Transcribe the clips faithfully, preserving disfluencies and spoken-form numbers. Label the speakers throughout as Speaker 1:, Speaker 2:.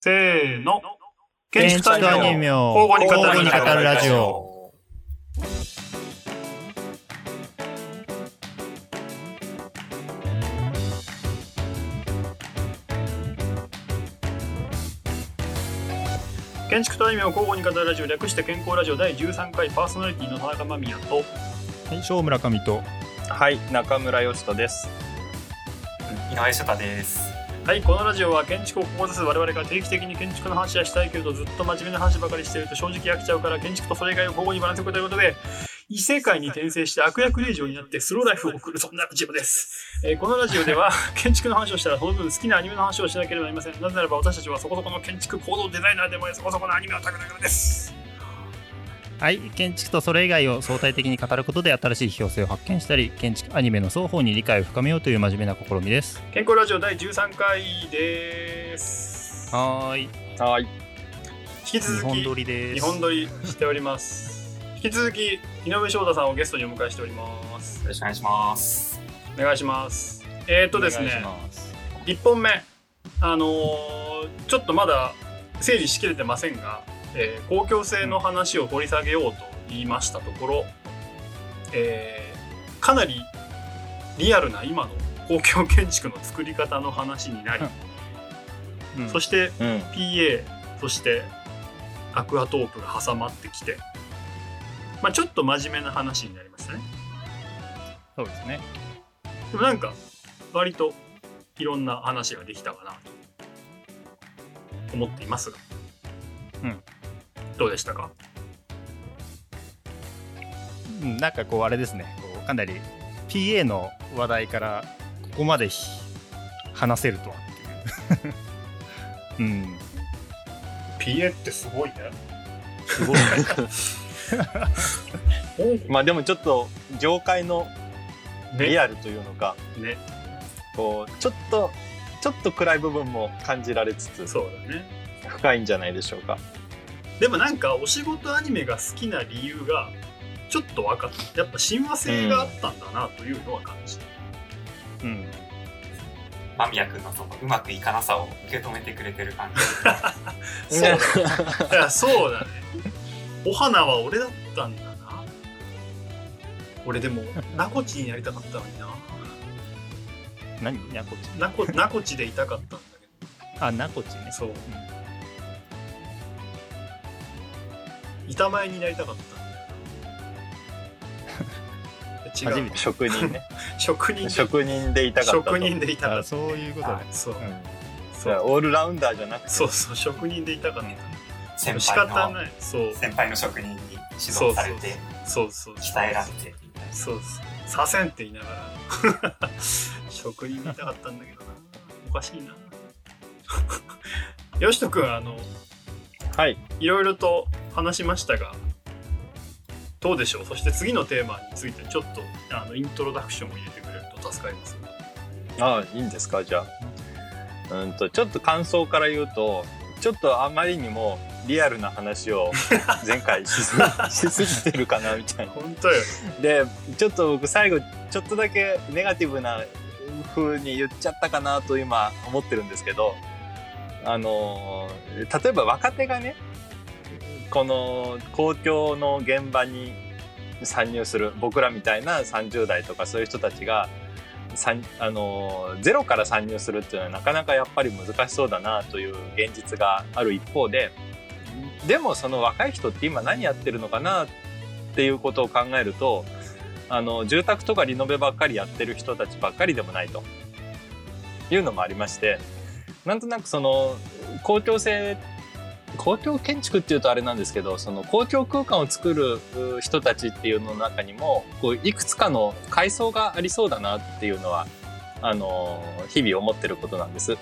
Speaker 1: せーの。
Speaker 2: 建築とアニメを
Speaker 1: 交互に語る
Speaker 2: 交互に語るラジオ。
Speaker 1: 建築とアニメを交互に語るラジオ、略して健康ラジオだいじゅうさんかい、パーソナリティの田中間宮と、
Speaker 2: はい、小村上と、
Speaker 3: はい、中村義人です。
Speaker 4: 井上翔太です。
Speaker 1: はい、このラジオは建築を志す我々が定期的に建築の話はしたいけれどずっと真面目な話ばかりしていると正直飽きちゃうから、建築とそれ以外を交互にバランスよくということで、異世界に転生して悪役令嬢になってスローライフを送る、そんなラジオです。えー、このラジオでは建築の話をしたらその分好きなアニメの話をしなければなりません。なぜならば私たちはそこそこの建築構造デザイナーでもあり、そこそこのアニメオタクだからです。
Speaker 2: はい、建築とそれ以外を相対的に語ることで新しい批評性を発見したり、建築アニメの双方に理解を深めようという真面目な試みです。
Speaker 1: 健康ラジオだいじゅうさんかいです。
Speaker 2: はーい、
Speaker 3: はい。
Speaker 1: 引き続き
Speaker 2: 日本撮りです。
Speaker 1: 日本撮りしております。引き続き井上翔太さんをゲストにお迎えしております。
Speaker 4: よろしくお願いします。
Speaker 1: お願いします。えーっとですね、いっぽんめ、あのー、ちょっとまだ整理しきれてませんが、えー、公共性の話を掘り下げようと言いましたところ、えー、かなりリアルな今の公共建築の作り方の話になり、うん、そして、うん、ピーエー そしてアクアトークが挟まってきて、まあ、ちょっと真面目な話になりましたね。
Speaker 2: そうですね。
Speaker 1: でもなんか割といろんな話ができたかなと思っていますが、うん、どうでしたか？
Speaker 2: うん、なんかこうあれですね、こうかなり ピーエー の話題からここまで話せるとはっていう、うん、
Speaker 1: ピーエー ってすごいね。
Speaker 2: すごい
Speaker 3: ね。まあでもちょっと業界のリアルというのか、
Speaker 1: ねね、
Speaker 3: こうちょっとちょっと暗い部分も感じられつつ、
Speaker 1: そうだね、
Speaker 3: 深いんじゃないでしょうか。
Speaker 1: でもなんかお仕事アニメが好きな理由がちょっと分かった。やっぱ親和性があったんだなというのは感じた。うん。
Speaker 4: 間宮君のそのうまくいかなさを受け止めてくれてる感じ。
Speaker 1: そうだね。いや、そうだね。お花は俺だったんだな。俺でもナコチになりたかったのにな。
Speaker 2: 何？ナコチ？
Speaker 1: ナコナコチでいたかったんだけど。
Speaker 2: あ、ナコチね。
Speaker 1: そう。うん、板前になりたかったんだよ。違う。
Speaker 3: 職人ね。
Speaker 1: 職人。
Speaker 3: 職人でいたかったと。
Speaker 1: 職人でいたかった。
Speaker 2: そういうことね。
Speaker 1: そう。うん、
Speaker 3: そう。オールラウンダーじゃなくて。
Speaker 1: そうそう。職人でいたかった。
Speaker 4: 先
Speaker 1: 仕方ない。そう。
Speaker 4: 先輩の職人に指導されて。
Speaker 1: そうそう。
Speaker 4: 鍛えられて。
Speaker 1: そうそう。させんって言いながら職人でいたかったんだけどな。おかしいな。よしとくん、あの。
Speaker 3: はい。
Speaker 1: いろいろと話しましたが、どうでしょう。そして次のテーマについてちょっとあのイントロダクションを入れてくれると助かります。
Speaker 3: ああ、いいんですか。じゃあ、うんとちょっと感想から言うと、ちょっとあまりにもリアルな話を前回しすしすぎてるかなみたいな。
Speaker 1: 本当よ。
Speaker 3: で、ちょっと僕最後ちょっとだけネガティブな風に言っちゃったかなと今思ってるんですけど。あの例えば若手がね、この公共の現場に参入する、僕らみたいなさんじゅう代とかそういう人たちがあのゼロから参入するっていうのはなかなかやっぱり難しそうだなという現実がある一方で、でもその若い人って今何やってるのかなっていうことを考えると、あの住宅とかリノベばっかりやってる人たちばっかりでもないというのもありまして、なんとなくその公共性、公共建築っていうとあれなんですけど、その公共空間を作る人たちっていうの中にもこういくつかの階層がありそうだなっていうのはあの日々思ってることなんです。うん、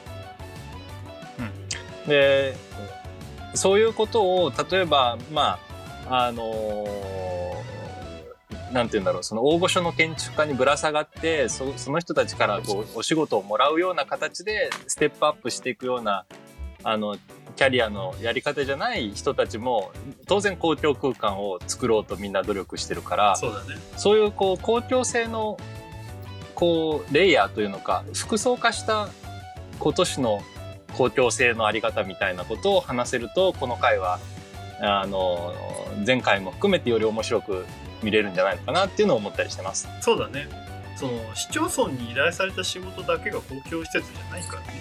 Speaker 3: で、そういうことを例えばまああのなんていうんだろう、その大御所の建築家にぶら下がって そ, その人たちからこうお仕事をもらうような形でステップアップしていくようなあのキャリアのやり方じゃない人たちも当然公共空間を作ろうとみんな努力してるから、
Speaker 1: そうだね、
Speaker 3: そういうこう公共性のこうレイヤーというのか複層化したこう都市の公共性のあり方みたいなことを話せると、この回はあの前回も含めてより面白く見れるんじゃないのかなっていうのを思ったりしてます。
Speaker 1: そうだね。その市町村に依頼された仕事だけが公共施設じゃないからね。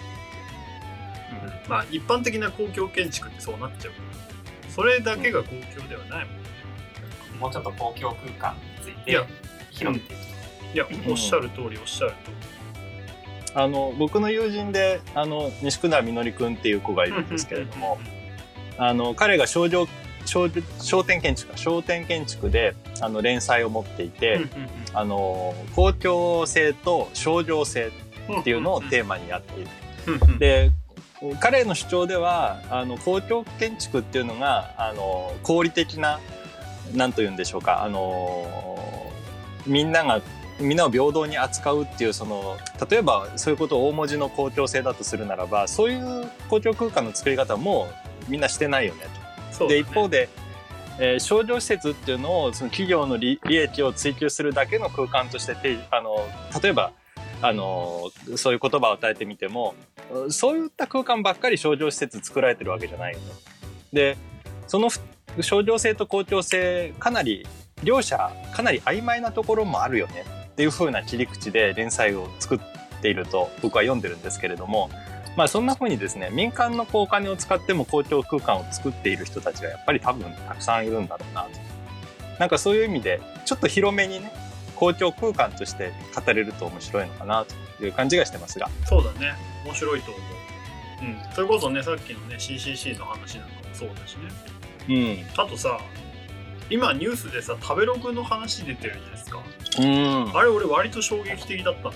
Speaker 1: うん、まあ一般的な公共建築ってそうなっちゃうけど、それだけが公共ではないもんね。
Speaker 4: もうちょっと公共空間について
Speaker 1: いや
Speaker 4: 広げていく
Speaker 1: いや、おっしゃる通りおっしゃる通り。
Speaker 3: あの僕の友人であの西久田みのりくんっていう子がいるんですけれども、あの彼が商業商商店建築か商店建築であの連載を持っていて、あの公共性と商業性っていうのをテーマにやっている。で、彼の主張ではあの公共建築っていうのがあの合理的な、なんというんでしょうか、あのみんながみんなを平等に扱うっていう、その例えばそういうことを大文字の公共性だとするならば、そういう公共空間の作り方もみんなしてないよねと。
Speaker 1: そうだね。
Speaker 3: で一方で、えー、商業施設っていうのをその企業の 利, 利益を追求するだけの空間としてて、あの例えばあのそういう言葉を与えてみても、そういった空間ばっかり商業施設作られてるわけじゃないよね。でその商業性と公共性、かなり両者かなり曖昧なところもあるよねっていう風な切り口で連載を作っていると僕は読んでるんですけれども、まあそんな風にですね、民間のお金を使っても公共空間を作っている人たちがやっぱり多分たくさんいるんだろうなと。なんかそういう意味でちょっと広めにね、公共空間として語れると面白いのかなという感じがしてますが。
Speaker 1: そうだね、面白いと思う。うん、それこそね、さっきのね シーシーシー の話なんかもそうだしね。
Speaker 3: うん。
Speaker 1: あとさ、今ニュースでさ食べログの話出てるじゃないですか。
Speaker 3: うん。
Speaker 1: あれ俺割と衝撃的だったんだよ。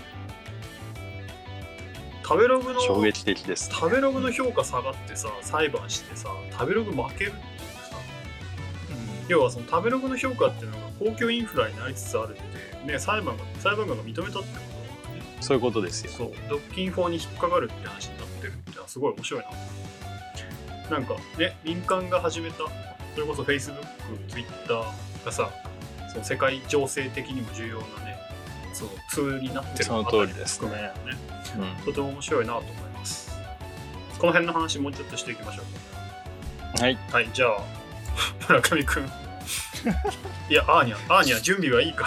Speaker 1: 食べログの
Speaker 3: 衝撃的です、ね、
Speaker 1: 食べログの評価下がってさ、裁判してさ、食べログ負けるっていうさ、うん、要はその食べログの評価っていうのが公共インフラになりつつあるってね、裁判が裁判官が認めたってことだからね。
Speaker 3: そういうことですよ。
Speaker 1: そう、独禁法に引っかかるって話になってるってのはすごい面白いな。なんかね、民間が始めた、それこそ Facebook、Twitter がさ、その世界情勢的にも重要なね、そのツールになってる
Speaker 3: その通りですね。
Speaker 1: ね、
Speaker 3: うん、
Speaker 1: とても面白いなと思います。この辺の話もうちょっとしていきましょ
Speaker 3: う。はい。
Speaker 1: はい、じゃあ村上くん。いや、アーニャ、アーニャ準備はいいかい？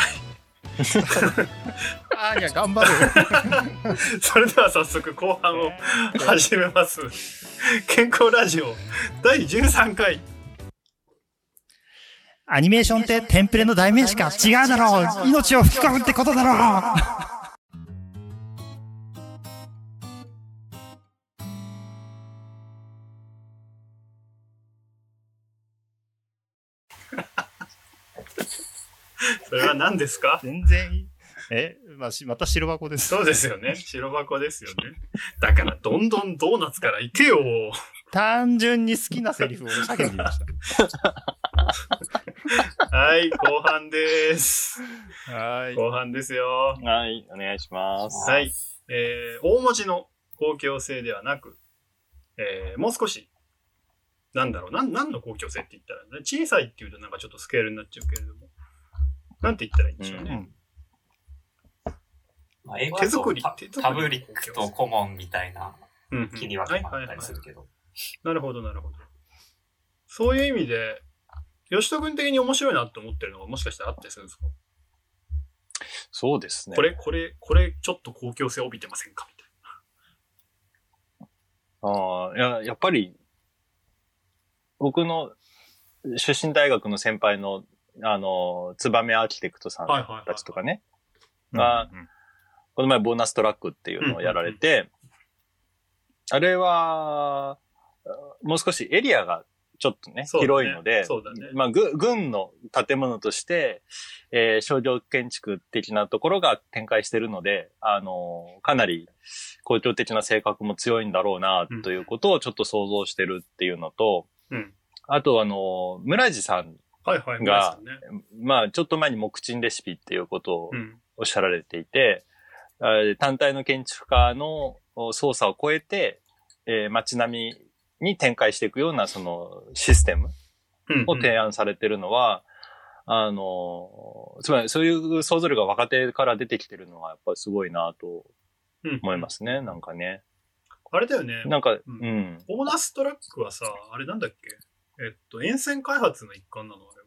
Speaker 2: アーニャ頑張る。
Speaker 1: それでは早速後半を始めます。健康ラジオだいじゅうさんかい。
Speaker 2: アニメーションってテンプレの代名詞か？違うだろう。命を吹き込むってことだろう。
Speaker 1: それは何ですか？
Speaker 2: 全然いい。え、まあ、また白箱です。
Speaker 1: そうですよね。白箱ですよね。だからどんどんドーナツから行けよ。
Speaker 2: 単純に好きなセリフを叫んでみました。
Speaker 1: はい、後半です。
Speaker 2: はい。
Speaker 1: 後半ですよ。
Speaker 3: はい、お願いします。
Speaker 1: はい。えー、大文字の公共性ではなく、えー、もう少し、なんだろう、なん、何の公共性って言ったら、ね、小さいっていうとなんかちょっとスケールになっちゃうけれども、なんて言ったらいいんでしょうね。うん
Speaker 4: まあ、英語だとパブリックとコモンみたいな切り分けもあったりするけど。
Speaker 1: なるほど、なるほど。そういう意味で、吉田君的に面白いなって思ってるのがもしかしたらあったりするんですか？
Speaker 3: そうですね。
Speaker 1: これ、これ、これちょっと公共性を帯びてませんかみたい
Speaker 3: な。ああ、いや、やっぱり、僕の出身大学の先輩の、あの、ツバメアーキテクトさんたちとかね、が、この前ボーナストラックっていうのをやられて、うんうんうん、あれは、もう少しエリアがちょっとね、ね広いので、
Speaker 1: そうだね、
Speaker 3: まあ、軍の建物として、えー、商業建築的なところが展開しているので、あのー、かなり公共的な性格も強いんだろうな、ということをちょっと想像してるっていうのと、うん、あとあのー、村地さんが、はいはいね、まあ、ちょっと前に木賃レシピっていうことをおっしゃられていて、うん、単体の建築家の操作を超えて、えー、街並みに展開していくようなそのシステムを提案されているのは、うんうん、あの、つまりそういう想像力が若手から出てきてるのはやっぱりすごいなと思いますね、うんうん、なんかね。
Speaker 1: あれだよね。
Speaker 3: なんか、
Speaker 1: う
Speaker 3: うんん。
Speaker 1: ボーナストラックはさ、あれなんだっけえっと、沿線開発の一環なのあれは。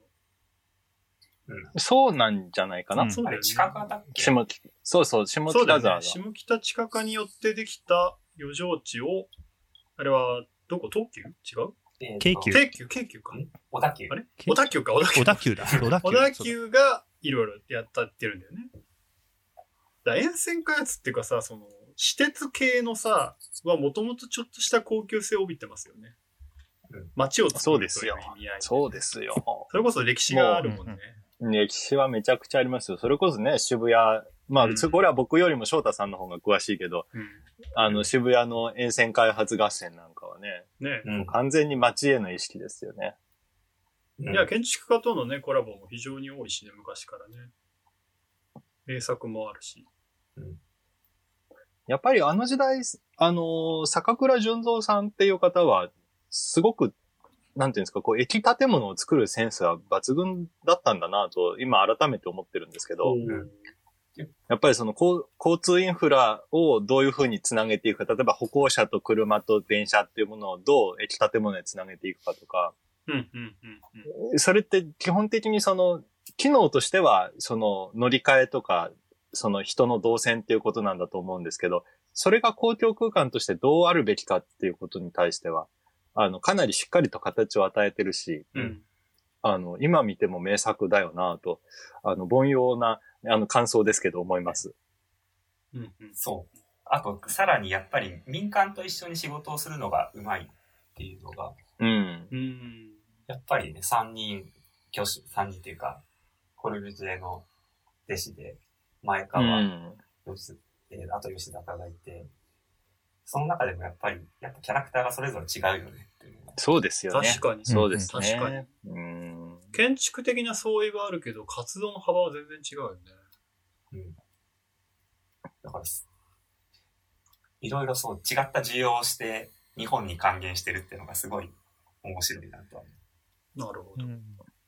Speaker 3: そうなんじゃないかな。
Speaker 2: うん
Speaker 1: そうだよね。
Speaker 4: あれ、近くだっけ
Speaker 3: 下北、そうそう、下
Speaker 1: そうだよね。
Speaker 3: 北沢が。
Speaker 1: 下北地下化によってできた余剰地を、あれは、どこ東急違う
Speaker 4: えーと
Speaker 2: 京急
Speaker 1: 京急、京急か。
Speaker 4: ん小田急。
Speaker 1: あれ小田急か、小田急。
Speaker 2: 小田急だ。小田急。
Speaker 1: 小田急がいろいろやったってるんだよね。だから沿線開発っていうかさ、その、私鉄系のさ、はもともとちょっとした高級性を帯びてますよね。
Speaker 4: うん
Speaker 1: 街を作るという
Speaker 3: そうですよ
Speaker 1: 意味合い。
Speaker 3: そうですよ。
Speaker 1: それこそ歴史があるもんね。
Speaker 3: 歴史はめちゃくちゃありますよ。それこそね、渋谷、まあ、
Speaker 1: うん
Speaker 3: これは僕よりも翔太さんの方が詳しいけど、
Speaker 1: うん。
Speaker 3: あの、渋谷の沿線開発合戦なんかはね、
Speaker 1: ね、
Speaker 4: うん
Speaker 3: もう完全に街への意識ですよね。
Speaker 4: うん
Speaker 1: いや、建築家とのね、コラボも非常に多いしね、昔からね。名作もあるし。
Speaker 3: やっぱりあの時代、あの、坂倉淳三さんっていう方は、すごく、なんていうんですか、こう、駅建物を作るセンスは抜群だったんだなと、今改めて思ってるんですけど、
Speaker 1: おー
Speaker 4: うん
Speaker 3: やっぱりその交交通インフラをどういうふうにつなげていくか、例えば歩行者と車と電車っていうものをどう駅建物につなげていくかとか、
Speaker 1: うん、うん、うん、うん。
Speaker 3: それって基本的にその、機能としては、その乗り換えとか、その人の動線っていうことなんだと思うんですけど、それが公共空間としてどうあるべきかっていうことに対しては、あの、かなりしっかりと形を与えてるし、
Speaker 1: うん。
Speaker 3: あの、今見ても名作だよなと、あの、凡庸な、あの、感想ですけど思います。
Speaker 1: うん、うん。
Speaker 4: そう。あと、さらにやっぱり民間と一緒に仕事をするのがうまいっていうのが、
Speaker 3: うん。
Speaker 1: うん。
Speaker 4: やっぱりね、三人、教師、三人っていうか、コルビュジエの弟子で、前
Speaker 3: う
Speaker 4: 川、
Speaker 3: ん。
Speaker 4: 吉えーあと吉高がいて、その中でもやっぱり、やっぱキャラクターがそれぞれ違うよねっていうのが。
Speaker 3: そうですよね。
Speaker 1: 確かに。
Speaker 3: そうですね。
Speaker 1: 確かに。
Speaker 3: うん。
Speaker 1: 建築的な相違はあるけど、活動の幅は全然違うよね。
Speaker 4: うん。だから、いろいろそう違った需要をして、日本に還元してるっていうのがすごい面白いなとは思う。
Speaker 1: なるほど。
Speaker 2: うん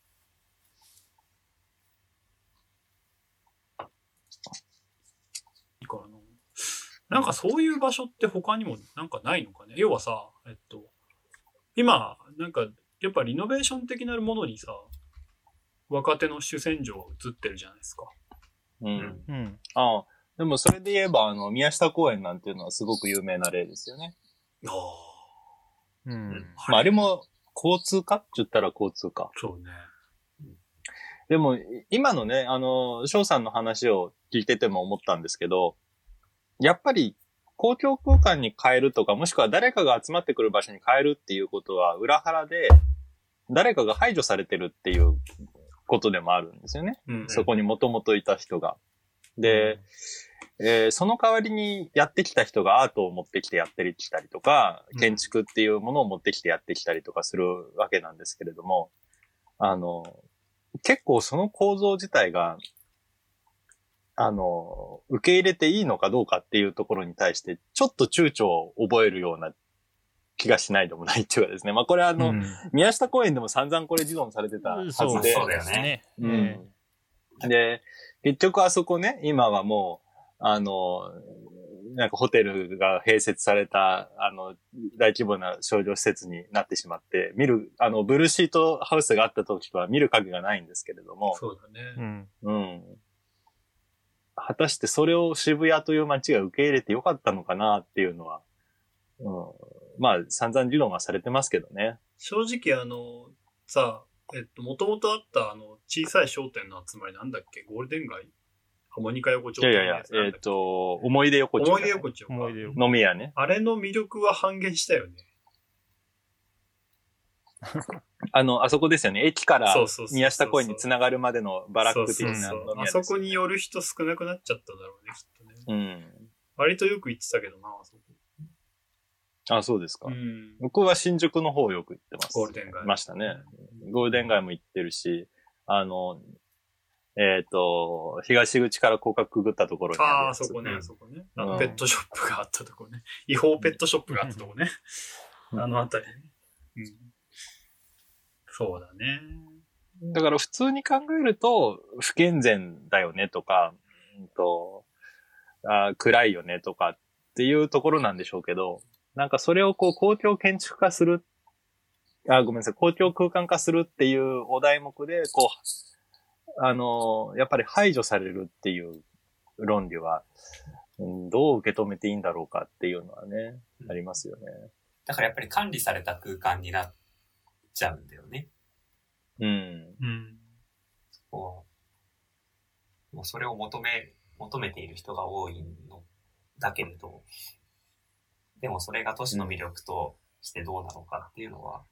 Speaker 1: いいかな。なんかそういう場所って他にもなんかないのかね。要はさ、えっと、今、なんかやっぱリノベーション的なものにさ、若手の主戦場が映ってるじゃないですか。
Speaker 3: うん。
Speaker 2: うん。
Speaker 3: ああ。でもそれで言えば、あの、宮下公園なんていうのはすごく有名な例ですよね。
Speaker 1: ああ。
Speaker 2: うん。
Speaker 3: まあ、あれも交通かって言ったら交通か。
Speaker 1: そうね。
Speaker 3: でも、今のね、あの、翔さんの話を聞いてても思ったんですけど、やっぱり公共空間に変えるとか、もしくは誰かが集まってくる場所に変えるっていうことは、裏腹で、誰かが排除されてるっていうことでもあるんですよね。
Speaker 1: うん。
Speaker 3: そこにもともといた人が。で、えーその代わりにやってきた人がアートを持ってきてやってきたりとか、建築っていうものを持ってきてやってきたりとかするわけなんですけれども、あの、結構その構造自体が、あの、受け入れていいのかどうかっていうところに対して、ちょっと躊躇を覚えるような気がしないでもないっていうかですね。まあこれはあの、
Speaker 2: うん
Speaker 3: 宮下公園でも散々これ議論されてたはず
Speaker 2: そう
Speaker 3: で、
Speaker 4: そうだよね
Speaker 3: うん。で、結局あそこね、今はもう、あの、なんかホテルが併設された、あの、大規模な商業施設になってしまって、見る、あの、ブルーシートハウスがあった時は見る影がないんですけれども、
Speaker 1: そうだね。
Speaker 2: うん。
Speaker 3: うん。果たしてそれを渋谷という街が受け入れてよかったのかなっていうのは、うん。まあ、散々議論はされてますけどね。
Speaker 1: 正直あの、さ、えっと、もともとあったあの、小さい商店の集まりなんだっけゴールデン街ハモニカ横丁
Speaker 3: いやいやいや、えっ、と、思い出横丁、
Speaker 1: 思い出横丁か。
Speaker 2: 思い出よ。
Speaker 3: 飲み屋ね。
Speaker 1: あれの魅力は半減したよね。
Speaker 3: あの、あそこですよね。駅から
Speaker 1: そうそうそうそう
Speaker 3: 宮下公園につながるまでのバラック的
Speaker 1: そう
Speaker 3: な
Speaker 1: そうそうあ
Speaker 3: 飲み屋ですよね
Speaker 1: そこに寄る人少なくなっちゃったんだろうね、きっとね。
Speaker 3: うん。
Speaker 1: 割とよく行ってたけどな、あそこ。
Speaker 3: あ、そうですか。
Speaker 1: うん。
Speaker 3: 僕は新宿の方をよく行ってます。
Speaker 1: ゴールデン街。
Speaker 3: ましたね。ゴールデン街も行ってるし、あの、えっ、と、東口から広角くぐったところにある
Speaker 1: ああ、
Speaker 3: やつ
Speaker 1: そこね、そこね。あ
Speaker 3: うん
Speaker 1: のペットショップがあったとこね。違法ペットショップがあったとこね。
Speaker 3: うん
Speaker 1: あのあたりね。うん。そうだね。
Speaker 3: だから普通に考えると、不健全だよねとか、うんとあー暗いよねとかっていうところなんでしょうけど、 なんかそれをこう公共建築化する、あ、ごめんなさい、公共空間化するっていうお題目で、こう、あの、やっぱり排除されるっていう論理は、うん、どう受け止めていいんだろうかっていうのはね、うん、ありますよね。
Speaker 4: だからやっぱり管理された空間になっちゃうんだよね。
Speaker 3: うん。
Speaker 1: うん。
Speaker 4: こう、もうそれを求め、求めている人が多いのだけれど、でもそれが都市の魅力としてどうなのかっていうのは。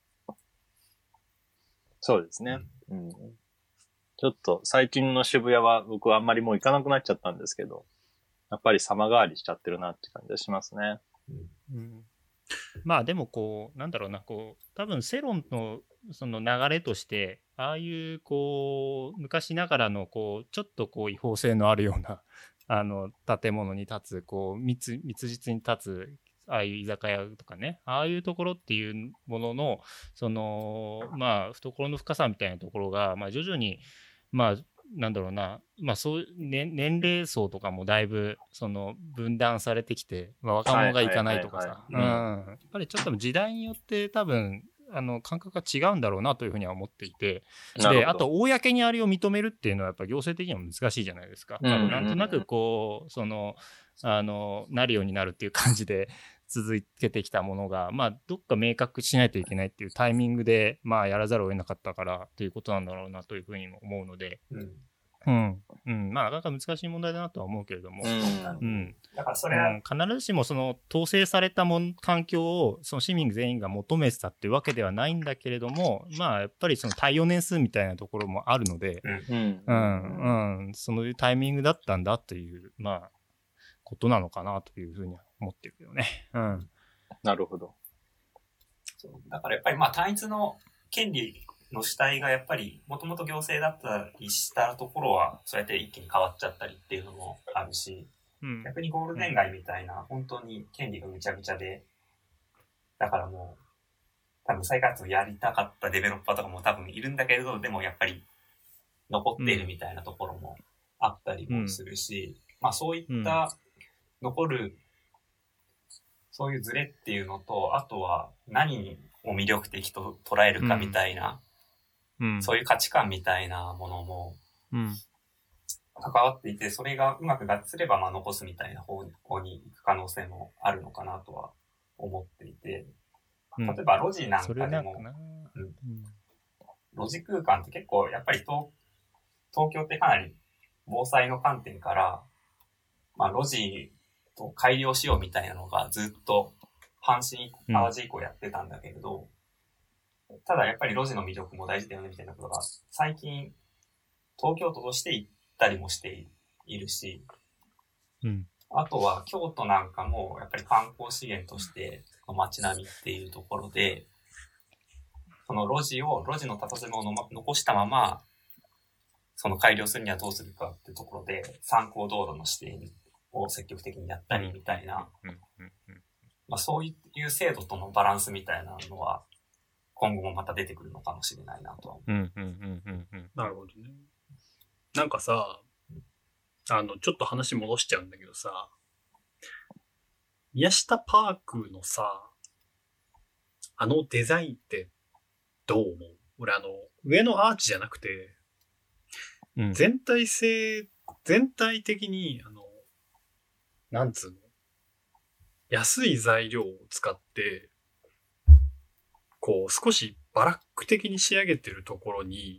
Speaker 3: そうですね。うん。うん、ちょっと最近の渋谷は僕はあんまりもう行かなくなっちゃったんですけど、やっぱり様変わりしちゃってるなって感じがしますね。
Speaker 2: うん、まあでもこうなんだろうな、こう多分世論のその流れとしてああいうこう昔ながらのこうちょっとこう違法性のあるようなあの建物に立つこう密密実に立つああいう居酒屋とかね、ああいうところっていうもののそのまあ懐の深さみたいなところがまあ徐々にまあなんだろうな、まあそう、ね、年齢層とかもだいぶその分断されてきて、まあ、若者が行かないとかさ、やっぱりちょっと時代によって多分あの感覚が違うんだろうなというふうには思っていて、であと公にあれを認めるっていうのはやっぱ行政的には難しいじゃないですか。うんうんうん、なんとなくこうそのあのなるようになるっていう感じで続けてきたものが、まあ、どっか明確しないといけないっていうタイミングで、まあ、やらざるを得なかったからということなんだろうなというふうにも思うので、うんうんうん、まあなかなか難しい問題だなとは思うけれども、うんうん、だからそれは、うん、必ずしもその統制されたもん環境をその市民全員が求めてたっていうわけではないんだけれども、まあやっぱりその耐用年数みたいなところもあるので、うんうんうん、そういうタイミングだったんだというまあことなのかなというふうには思ってるけどね。うん。
Speaker 3: なるほど。
Speaker 4: そうだからやっぱりまあ単一の権利の主体がやっぱりもともと行政だったりしたところはそうやって一気に変わっちゃったりっていうのもあるし、うん、逆にゴールデン街みたいな本当に権利がぐちゃぐちゃで、だからもう多分再開発をやりたかったデベロッパーとかも多分いるんだけれど、でもやっぱり残っているみたいなところもあったりもするし、うん、まあそういった残るそういうズレっていうのと、あとは何を魅力的と捉えるかみたいな、うん、そういう価値観みたいなものも関わっていて、それがうまく合致すればまあ残すみたいな方に行く可能性もあるのかなとは思っていて、例えば路地なんかでも、うんうん、路地空間って結構やっぱり 東, 東京ってかなり防災の観点から、まあ路地と改良しようみたいなのがずっと阪神淡路以降やってたんだけれど、うん、ただやっぱり路地の魅力も大事だよねみたいなことが最近東京都として言ったりもしているし、うん、あとは京都なんかもやっぱり観光資源として街並みっていうところで、その路地を路地の佇まいを残したままその改良するにはどうするかっていうところで参考道路の指定にを積極的にやったりみたいな、まあ、そういう制度とのバランスみたいなのは今後もまた出てくるのかもしれないなとは思う。
Speaker 1: なるほどね。なんかさ、あのちょっと話戻しちゃうんだけどさ、宮下パークのさ、あのデザインってどう思う？俺あの上のアーチじゃなくて、うん、全体性全体的にあのなんつうの、安い材料を使ってこう少しバラック的に仕上げてるところに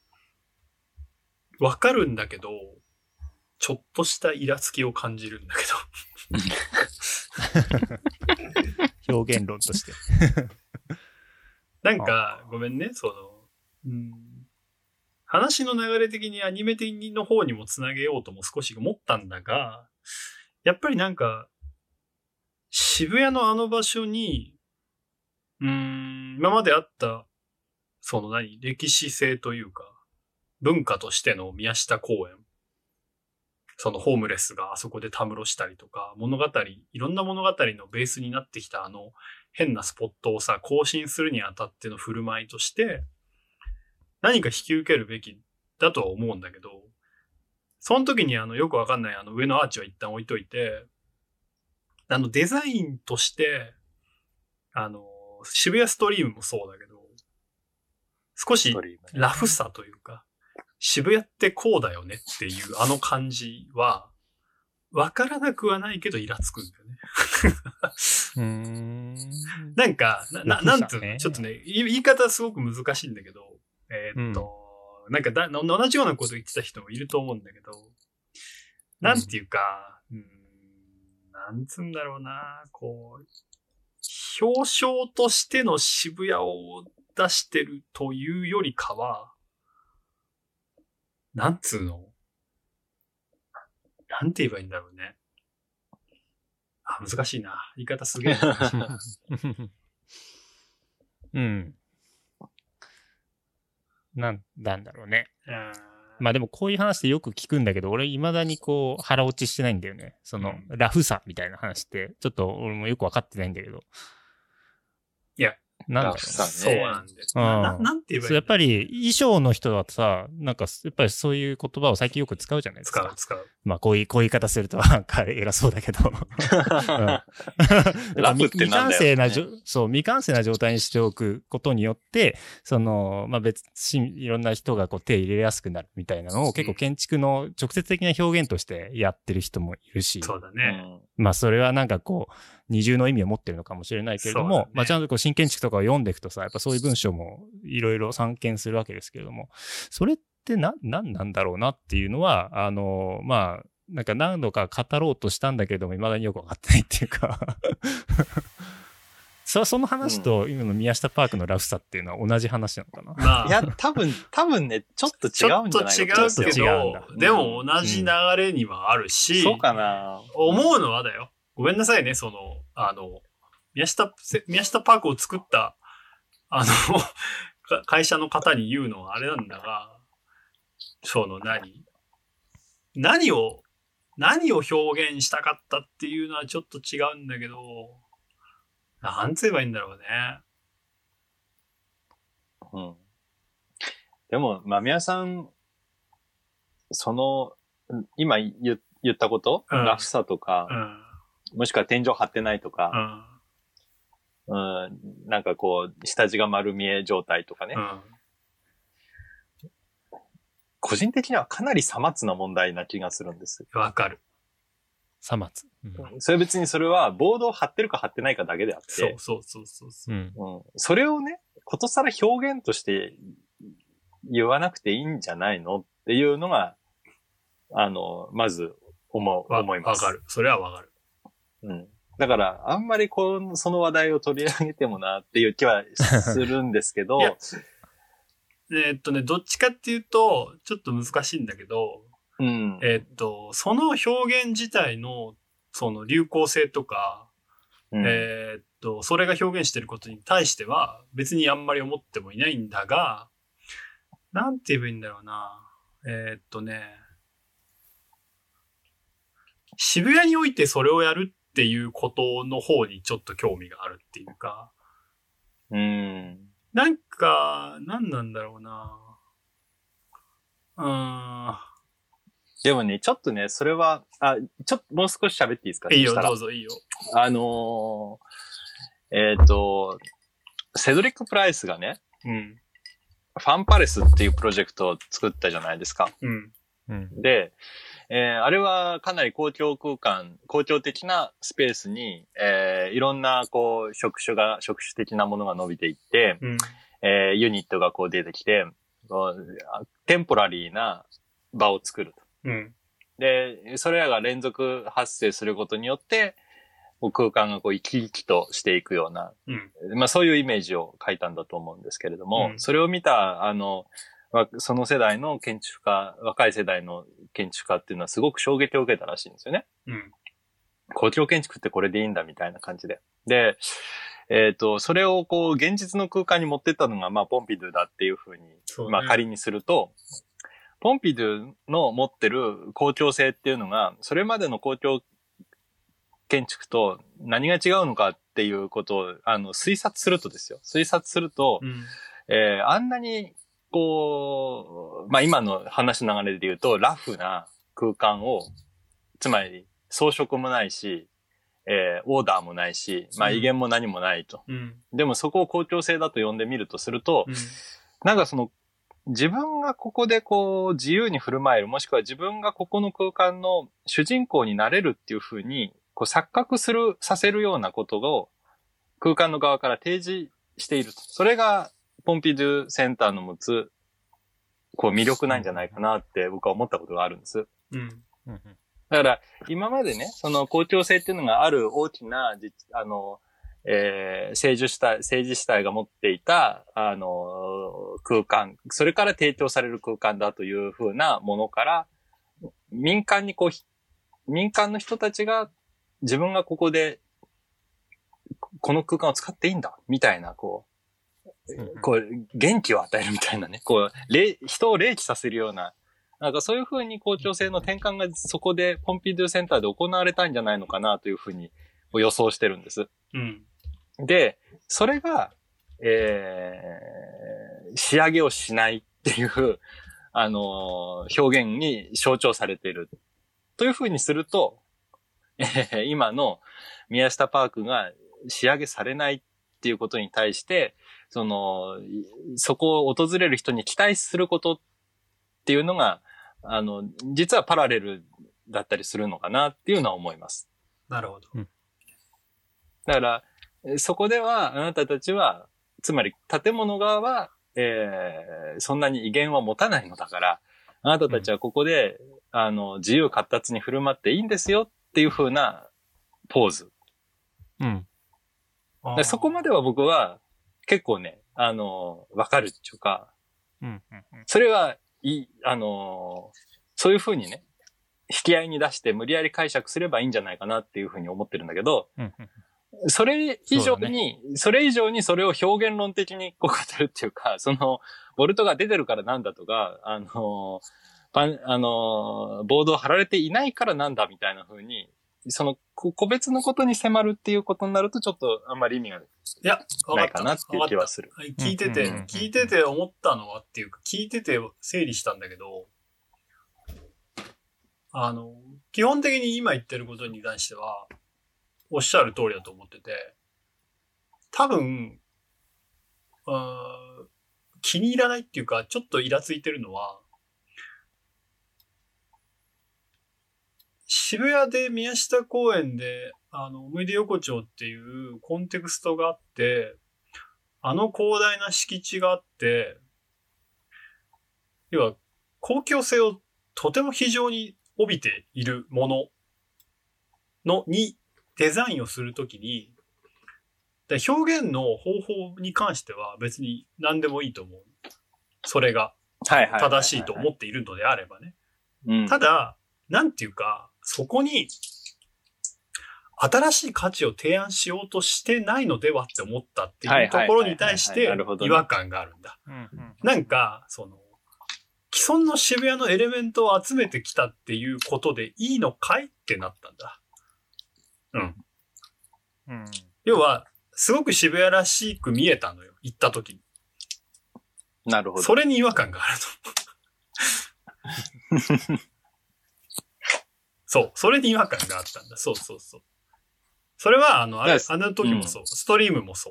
Speaker 1: わかるんだけど、ちょっとしたイラつきを感じるんだけ
Speaker 2: ど表現論として
Speaker 1: なんかごめんね、その、うん、話の流れ的にアニメ的の方にもつなげようとも少し思ったんだが、やっぱりなんか渋谷のあの場所にうーん今まであったその何歴史性というか文化としての宮下公園、そのホームレスがあそこでたむろしたりとか、物語いろんな物語のベースになってきたあの変なスポットをさ更新するにあたっての振る舞いとして何か引き受けるべきだとは思うんだけど、その時にあのよくわかんないあの上のアーチは一旦置いといて、 あのデザインとして、あの、渋谷ストリームもそうだけど、少しラフさというか、渋谷ってこうだよねっていうあの感じは、わからなくはないけどイラつくんだよね。
Speaker 2: うーん
Speaker 1: なんか、な、ななんていうの、ちょっとね、言い方すごく難しいんだけど、えー、っと、うん、なんかだ同じようなこと言ってた人もいると思うんだけど、なんていうか、うん、うんなんつうんだろうな、こう、表彰としての渋谷を出してるというよりかは、なんつうのなんて言えばいいんだろうね。あ、難しいな。言い方すげえ難しいな。
Speaker 2: うん。なん、なんだろうね。
Speaker 1: うん
Speaker 2: まあでもこういう話でよく聞くんだけど、俺未だにこう腹落ちしてないんだよね。その、ラフさみたいな話って、ちょっと俺もよくわかってないんだけど。
Speaker 1: いや、
Speaker 2: なんだろう、ね、
Speaker 1: そうなんです。な、な、なんて言えばいいの？
Speaker 2: やっぱり衣装の人はさ、なんかやっぱりそういう言葉を最近よく使うじゃないですか。
Speaker 1: 使う、使う。
Speaker 2: まあこういう、こういう言い方するとなんか偉そうだけど。うん、
Speaker 3: ラフってなんだよ、ね、
Speaker 2: 未完成な、そう、未完成な状態にしておくことによって、その、まあ別、いろんな人がこう手入れやすくなるみたいなのを結構建築の直接的な表現としてやってる人もいるし。
Speaker 1: そうだね。
Speaker 2: まあそれはなんかこう、二重の意味を持ってるのかもしれないけれども、ね、まあちゃんとこう新建築とかを読んでいくとさ、やっぱそういう文章もいろいろ散見するわけですけれども、それってな、なんなんだろうなっていうのは、あの、まあ、なんか何度か語ろうとしたんだけれども、未だによくわかってないっていうかそ、その話と今の宮下パークのラフさっていうのは同じ話なのかな、
Speaker 3: まあ、いや、多分、多分ね、ちょっと違うんじゃないかな。
Speaker 1: ちょっと違うけど、でも同じ流れにはあるし、
Speaker 3: うん、そうかな。
Speaker 1: 思うのはだよ。ごめんなさいね、その、あの、宮下、宮下パークを作った、あの、会社の方に言うのはあれなんだが、その何何を、何を表現したかったっていうのはちょっと違うんだけど、なんつ言えばいいんだろうね。
Speaker 3: うん。でも、まあ、宮さん、その、今言ったこと、うん、ラフさとか、うん、もしくは天井張ってないとか、うん、うん、なんかこう、下地が丸見え状態とかね。うん、個人的にはかなりさまつな問題な気がするんです。
Speaker 1: わかる。
Speaker 2: さまつ。
Speaker 3: うん、それ別にそれはボードを張ってるか張ってないかだけであって。
Speaker 1: そうそうそうそうそう、
Speaker 3: うんうん。それをね、ことさら表現として言わなくていいんじゃないのっていうのが、あの、まず思う、思います。
Speaker 1: わかる。それはわかる。
Speaker 3: うん。だから、あんまりこの、その話題を取り上げてもなっていう気はするんですけど。
Speaker 1: えー、っとね、どっちかっていうと、ちょっと難しいんだけど、
Speaker 3: うん、
Speaker 1: えー、っと、その表現自体の、その流行性とか、うん、えー、っと、それが表現してることに対しては、別にあんまり思ってもいないんだが、なんて言えばいいんだろうな。えー、っとね、渋谷においてそれをやるっていうことの方にちょっと興味があるっていうか、
Speaker 3: うん。
Speaker 1: なんか、なんなんだろうな。うーん。
Speaker 3: でもね、ちょっとね、それは、あ、ちょっともう少し喋っていいですか？
Speaker 1: いいよ、どうぞいいよ。
Speaker 3: あのー、えっと、セドリック・プライスがね、
Speaker 1: うん、
Speaker 3: ファンパレスっていうプロジェクトを作ったじゃないですか。
Speaker 1: うん
Speaker 2: うん、
Speaker 3: で、えー、あれはかなり公共空間、公共的なスペースに、えー、いろんなこう職種が、職種的なものが伸びていって、
Speaker 1: うん
Speaker 3: えー、ユニットがこう出てきて、テンポラリーな場を作ると。
Speaker 1: うん、
Speaker 3: で、それらが連続発生することによって、空間がこう生き生きとしていくような、
Speaker 1: うん、
Speaker 3: まあそういうイメージを書いたんだと思うんですけれども、
Speaker 1: うん、
Speaker 3: それを見た、あの、その世代の建築家、若い世代の建築家っていうのはすごく衝撃を受けたらしいんですよね。
Speaker 1: うん。
Speaker 3: 公共建築ってこれでいいんだみたいな感じで。で、えっと、それをこう現実の空間に持ってったのが、まあポンピドゥだっていうふうに、
Speaker 1: そうね、
Speaker 3: まあ仮にすると、ポンピドゥの持ってる公共性っていうのが、それまでの公共建築と何が違うのかっていうことを、あの、推察するとですよ。推察すると、
Speaker 1: うん、
Speaker 3: えー、あんなに、こう、まあ、今の話の流れで言うと、ラフな空間を、つまり装飾もないし、 えー、オーダーもないし、まあ威厳も何もないと。
Speaker 1: うん、
Speaker 3: でもそこを校長制だと呼んでみるとすると、うん、なんかその、自分がここでこう自由に振る舞える、もしくは自分がここの空間の主人公になれるっていう風に、こう錯覚する、させるようなことを空間の側から提示していると。それがポンピドゥセンターの持つ、こう魅力なんじゃないかなって僕は思ったことがあるんです。
Speaker 1: うん。
Speaker 3: だから今までね、その校長制っていうのがある大きな、あの、えー、政治主体、政治主体が持っていた、あの、空間、それから提供される空間だというふうなものから、民間にこう、民間の人たちが自分がここで、この空間を使っていいんだ、みたいな、こう、こう、元気を与えるみたいなね、こう、人を励起させるような、なんかそういうふうに校長制の転換がそこでポンピドゥセンターで行われたんじゃないのかなというふうに予想してるんです。
Speaker 1: うん。
Speaker 3: で、それが、えー、仕上げをしないっていう、あのー、表現に象徴されている。というふうにすると、えー、今の宮下パークが仕上げされないっていうことに対して、その、そこを訪れる人に期待することっていうのが、あの、実はパラレルだったりするのかなっていうのは思います。
Speaker 1: なるほど。
Speaker 3: だから、そこでは、あなたたちは、つまり建物側は、えー、そんなに威厳は持たないのだから、あなたたちはここで、うん、あの、自由闊達に振る舞っていいんですよっていう風なポーズ。
Speaker 2: うん。
Speaker 3: でそこまでは僕は結構ね、あの、わかるっていうか、
Speaker 2: うんうんうん、
Speaker 3: それは、いい、あの、そういう風にね、引き合いに出して無理やり解釈すればいいんじゃないかなっていう風に思ってるんだけど、
Speaker 2: うんうん
Speaker 3: それ以上に、そ, ね、それ以上にそれを表現論的にこう語るっていうか、その、ボルトが出てるからなんだとか、あの、パン、あの、ボードを貼られていないからなんだみたいな風に、その、個別のことに迫るっていうことになるとちょっとあんまり意味がないかなっていう気はする。
Speaker 1: 聞いてて、うんうんうんうん、聞いてて思ったのはっていうか、聞いてて整理したんだけど、あの、基本的に今言ってることに関しては、おっしゃる通りだと思ってて、多分、気に入らないっていうか、ちょっとイラついてるのは、渋谷で宮下公園で、あの、思い出横丁っていうコンテクストがあって、あの広大な敷地があって、要は、公共性をとても非常に帯びているもののに、デザインをするときに、表現の方法に関しては別に何でもいいと思う。それが正しいと思っているのであればね。ただ、なんていうか、そこに新しい価値を提案しようとしてないのではって思ったっていうところに対して違和感があるんだ。なんか、その、既存の渋谷のエレメントを集めてきたっていうことでいいのかいってなったんだ。うん。
Speaker 2: うん、
Speaker 1: 要は、すごく渋谷らしく見えたのよ。行った時に。
Speaker 3: なるほど。
Speaker 1: それに違和感があると。そう。それに違和感があったんだ。そうそうそう。それは、あの、あれ、あの時もそう、うん。ストリームもそう。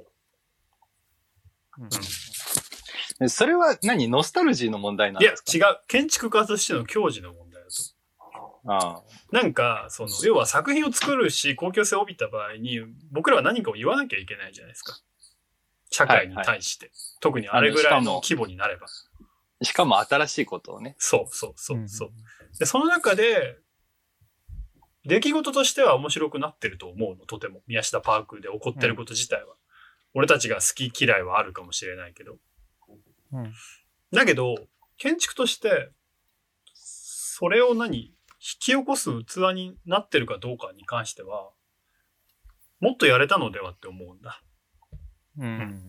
Speaker 3: うん。それは何？ノスタルジーの問題なんですか？
Speaker 1: いや、違う。建築家としての矜持の問題だと。
Speaker 3: ああ
Speaker 1: なんか、その、要は作品を作るし、公共性を帯びた場合に、僕らは何かを言わなきゃいけないじゃないですか。社会に対して。はいはい、特にあれぐらいの規模になれば。
Speaker 3: しかも新しいことをね。
Speaker 1: そうそうそうそう、うん。で、その中で、出来事としては面白くなってると思うの、とても。宮下パークで起こってること自体は。うん、俺たちが好き嫌いはあるかもしれないけど。
Speaker 2: うん、
Speaker 1: だけど、建築として、それを何引き起こす器になってるかどうかに関しては、もっとやれたのではって思うんだ。
Speaker 2: うん。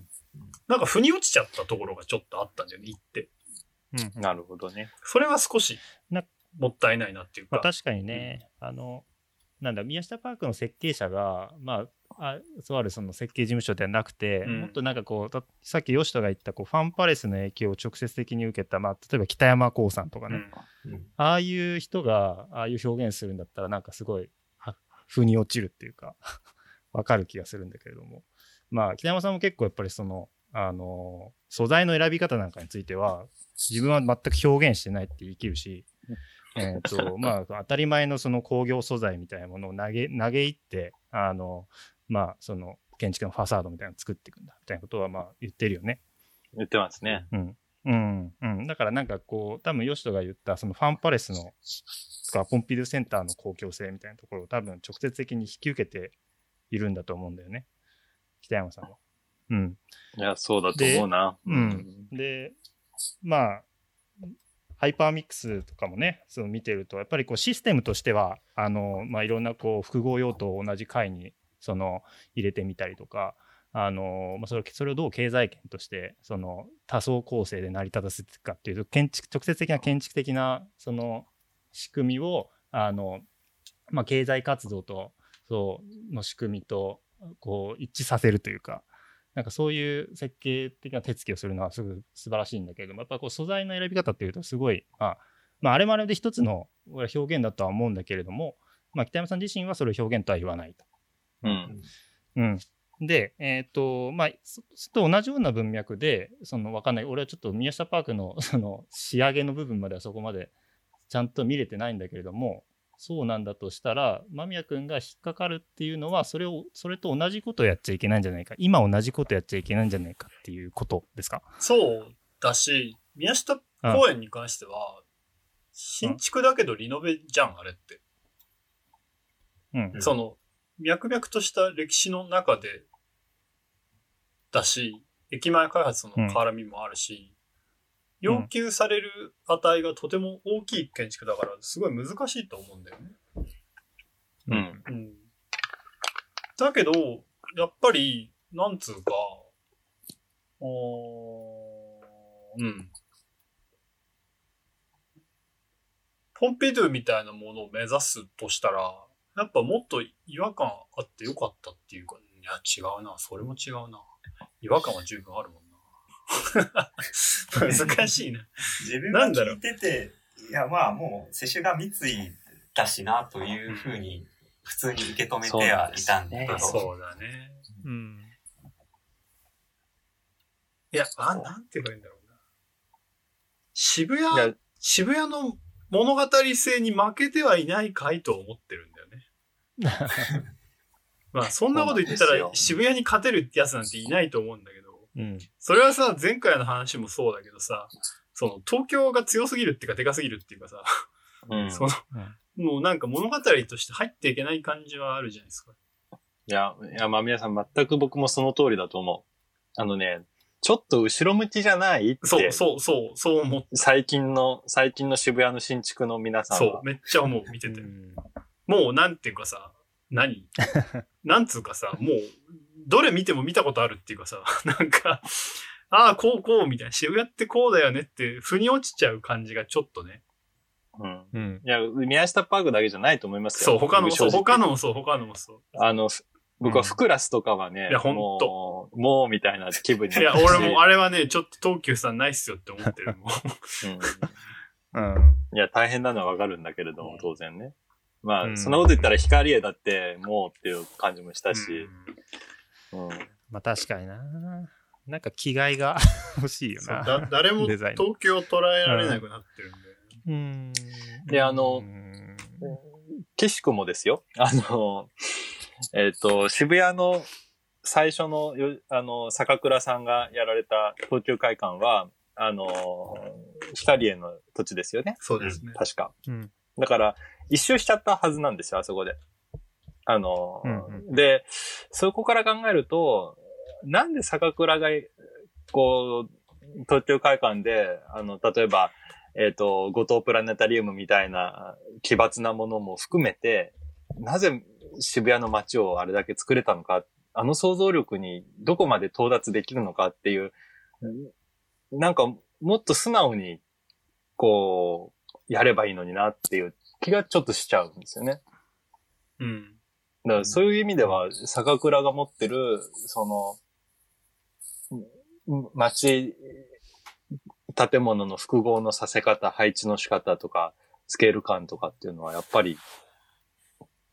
Speaker 1: なんか腑に落ちちゃったところがちょっとあったんだよね、言って。
Speaker 3: うん。なるほどね。
Speaker 1: それは少しもったいないなっていうか。
Speaker 2: まあ、確かにね、うん、あの、なんだ、宮下パークの設計者が、まあ、あとあるその設計事務所ではなくて、うん、もっとなんかこう、さっき吉人が言ったこうファンパレスの影響を直接的に受けた、まあ、例えば北山光さんとかね、うんうん、ああいう人がああいう表現するんだったらなんかすごい腑に落ちるっていうかわかる気がするんだけれども、まあ北山さんも結構やっぱりそのあの素材の選び方なんかについては自分は全く表現してないって言い切るし、えっとまあ当たり前のその工業素材みたいなものを投げ投げ入ってあのまあその建築のファサードみたいなのを作っていくんだみたいなことはまあ言ってるよね。
Speaker 3: 言ってますね。
Speaker 2: うんうんうん。だからなんかこう多分ヨシトが言ったそのファンパレスのとかポンピドゥセンターの公共性みたいなところを多分直接的に引き受けているんだと思うんだよね、北山さんは。うん。
Speaker 3: いやそうだと思うな。
Speaker 2: うん。でまあハイパーミックスとかもねその見てるとやっぱりこうシステムとしてはあのまあいろんなこう複合用途を同じ階にその入れてみたりとか。あのまあ、それそれをどう経済圏としてその多層構成で成り立たせていくかっていうと建築直接的な建築的なその仕組みをあの、まあ、経済活動とそうの仕組みとこう一致させるというかなんかそういう設計的な手つきをするのはすごく素晴らしいんだけれどもやっぱこう素材の選び方っていうとすごい、まあまあ、あれもあれで一つの表現だとは思うんだけれども、まあ、北山さん自身はそれを表現とは言わないと。
Speaker 3: うん、
Speaker 2: うんで、えっと、まあ、そと同じような文脈で、その、わかんない。俺はちょっと宮下パークの、その、仕上げの部分まではそこまでちゃんと見れてないんだけれども、そうなんだとしたら、間宮君が引っかかるっていうのは、それを、それと同じことをやっちゃいけないんじゃないか。今同じことやっちゃいけないんじゃないかっていうことですか？
Speaker 1: そうだし、宮下公園に関しては、新築だけどリノベじゃん、あれって。うん。その、脈々とした歴史の中でだし、駅前開発の絡みもあるし、うん、要求される値がとても大きい建築だから、すごい難しいと思うんだよね。
Speaker 3: うん。
Speaker 1: うん、だけど、やっぱり、なんつうか、おうん。ポンピドゥみたいなものを目指すとしたら、やっぱもっと違和感あってよかったっていうか、いや違うな、それも違うな。違和感は十分あるもんな。難しいな。
Speaker 4: 自分が聞いてて、いやまあもう、世襲が三井だしなというふうに普通に受け止めてはいたんだけど。
Speaker 1: そうだね。うん。いや、あ、なんて言えばいいんだろうな。渋谷、渋谷の物語性に負けてはいないかいと思ってるんだよね。まあそんなこと言ったら渋谷に勝てるってやつなんていないと思うんだけど、うん、それはさ前回の話もそうだけどさ、その東京が強すぎるっていうかでかすぎるっていうかさ、うん、その、うん、もうなんか物語として入っていけない感じはあるじゃないですか。
Speaker 3: いやいやまあ皆さん全く僕もその通りだと思う。あのねちょっと後ろ向きじゃないって。
Speaker 1: そうそうそうそう思って。
Speaker 3: 最近の最近の渋谷の新築の皆さんは。
Speaker 1: そうめっちゃ思う見てて。もうなんていうかさ。何なんつうかさ、もう、どれ見ても見たことあるっていうかさ、なんか、ああ、こうこうみたいな、渋谷ってこうだよねって、腑に落ちちゃう感じがちょっとね。
Speaker 3: うん。うん。いや、宮下パークだけじゃないと思いますよ。
Speaker 1: そう、他のもそう、他のもそう、他のもそう。
Speaker 3: あの、僕はフクラスとかはね、
Speaker 1: うん、いや、ほんと。
Speaker 3: もう、もうみたいな気分にな
Speaker 1: って。いや、俺もあれはね、ちょっと東急さんないっすよって思ってるもん。
Speaker 3: うん。うん。いや、大変なのはわかるんだけれども、当然ね。まあ、うん、そんなこと言ったら光栄だってもうっていう感じもしたし、
Speaker 2: うんうん、まあ確かにな、なんか気概が欲しいよな。
Speaker 1: だ誰も東京を捉えられなくなってるんで。
Speaker 3: うん、であの岸君もですよ。あのえっ、ー、と渋谷の最初のあの坂倉さんがやられた東急会館はあの光栄の土地ですよね。
Speaker 1: そうですね。
Speaker 3: 確か。
Speaker 2: うん
Speaker 3: だから、一周しちゃったはずなんですよ、あそこで。あの、うんうん、で、そこから考えると、なんで坂倉が、こう、東京会館で、あの、例えば、えっと、五島プラネタリウムみたいな奇抜なものも含めて、なぜ渋谷の街をあれだけ作れたのか、あの想像力にどこまで到達できるのかっていう、なんかもっと素直に、こう、やればいいのになっていう気がちょっとしちゃうんですよね。
Speaker 1: うん。
Speaker 3: だからそういう意味では、坂倉が持ってる、その、街、建物の複合のさせ方、配置の仕方とか、スケール感とかっていうのはやっぱり、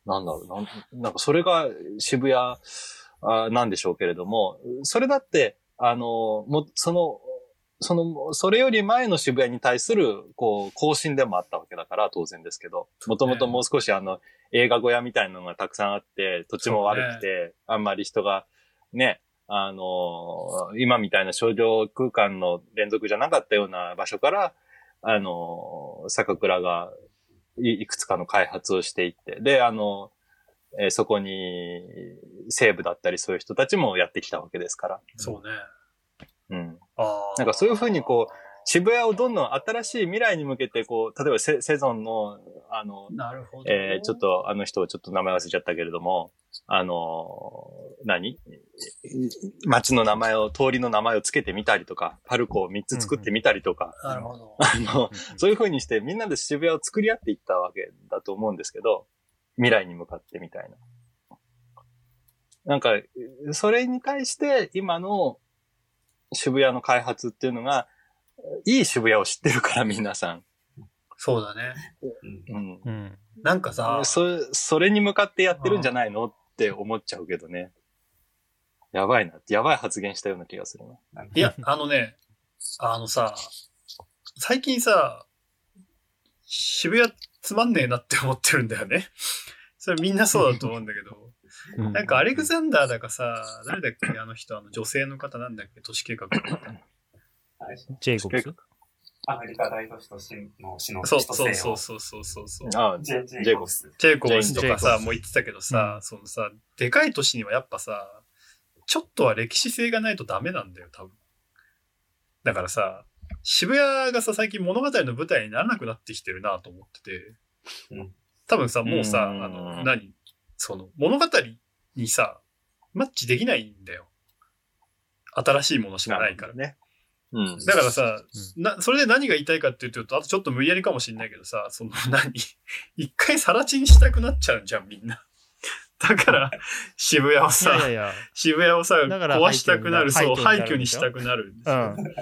Speaker 3: なんだろうな、なんかそれが渋谷あなんでしょうけれども、それだって、あの、も、その、その、それより前の渋谷に対する、こう、更新でもあったわけだから当然ですけど、もともともう少しあの、映画小屋みたいなのがたくさんあって、土地も悪くて、ね、あんまり人が、ね、あの、今みたいな商業空間の連続じゃなかったような場所から、あの、坂倉がいくつかの開発をしていって、で、あの、えー、そこに西部だったりそういう人たちもやってきたわけですから。
Speaker 1: そうね。
Speaker 3: うん。あなんかそういうふうにこう、渋谷をどんどん新しい未来に向けてこう、例えばセセゾンの、あの、
Speaker 1: なるほど。
Speaker 3: えー、ちょっとあの人をちょっと名前忘れちゃったけれども、あの、何街の名前を、通りの名前をつけてみたりとか、パルコをみっつ作ってみたりとか、
Speaker 1: うんうん、なるほど。
Speaker 3: あの、そういうふうにしてみんなで渋谷を作り合っていったわけだと思うんですけど、未来に向かってみたいな。なんか、それに対して今の渋谷の開発っていうのが、いい渋谷を知ってるから皆さん。
Speaker 1: そうだね。
Speaker 3: うん。
Speaker 2: うん、
Speaker 1: なんかさ、
Speaker 3: そ、それに向かってやってるんじゃないのって思っちゃうけどね。やばいな。やばい発言したような気がするな。
Speaker 1: いや、あのね、あのさ、最近さ、渋谷つまんねえなって思ってるんだよね。それみんなそうだと思うんだけど。うん、なんかアレクザンダーだかさ、誰だっけあの人、あの女性の方なんだっけ都市計画の方。
Speaker 2: ジェイコブス
Speaker 4: アメリカ大都市と市の市の
Speaker 1: そうそうそうそうそうそうそう。
Speaker 3: ああ、
Speaker 4: ジェイコブス。
Speaker 1: ジェイコブスとかさ、もう言ってたけどさ、うん、そのさ、でかい都市にはやっぱさ、ちょっとは歴史性がないとダメなんだよ、多分。だからさ、渋谷がさ、最近物語の舞台にならなくなってきてるなと思ってて、うん、多分さ、もうさ、あの、何その、物語にさ、マッチできないんだよ。新しいものしかないからね。うん、だからさ、うん、な、それで何が言いたいかっていうと、あとちょっと無理やりかもしれないけどさ、その何一回更地にしたくなっちゃうじゃん、みんな。だから、渋谷をさ、いやいや渋谷をさ、壊したくなる、そう、廃墟にしたくなるんですよ。うんうん、い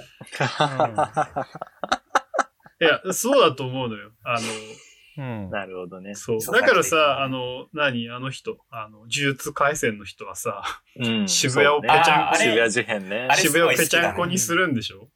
Speaker 1: や、そうだと思うのよ。あの、
Speaker 3: うん、なるほどね。
Speaker 1: そう。だからさ、あの、何あの人、あの、呪術廻戦の人はさ、うん、渋谷をぺちゃんこ、
Speaker 3: 渋谷事変ね。
Speaker 1: 渋谷をぺちゃんこにするんでしょ？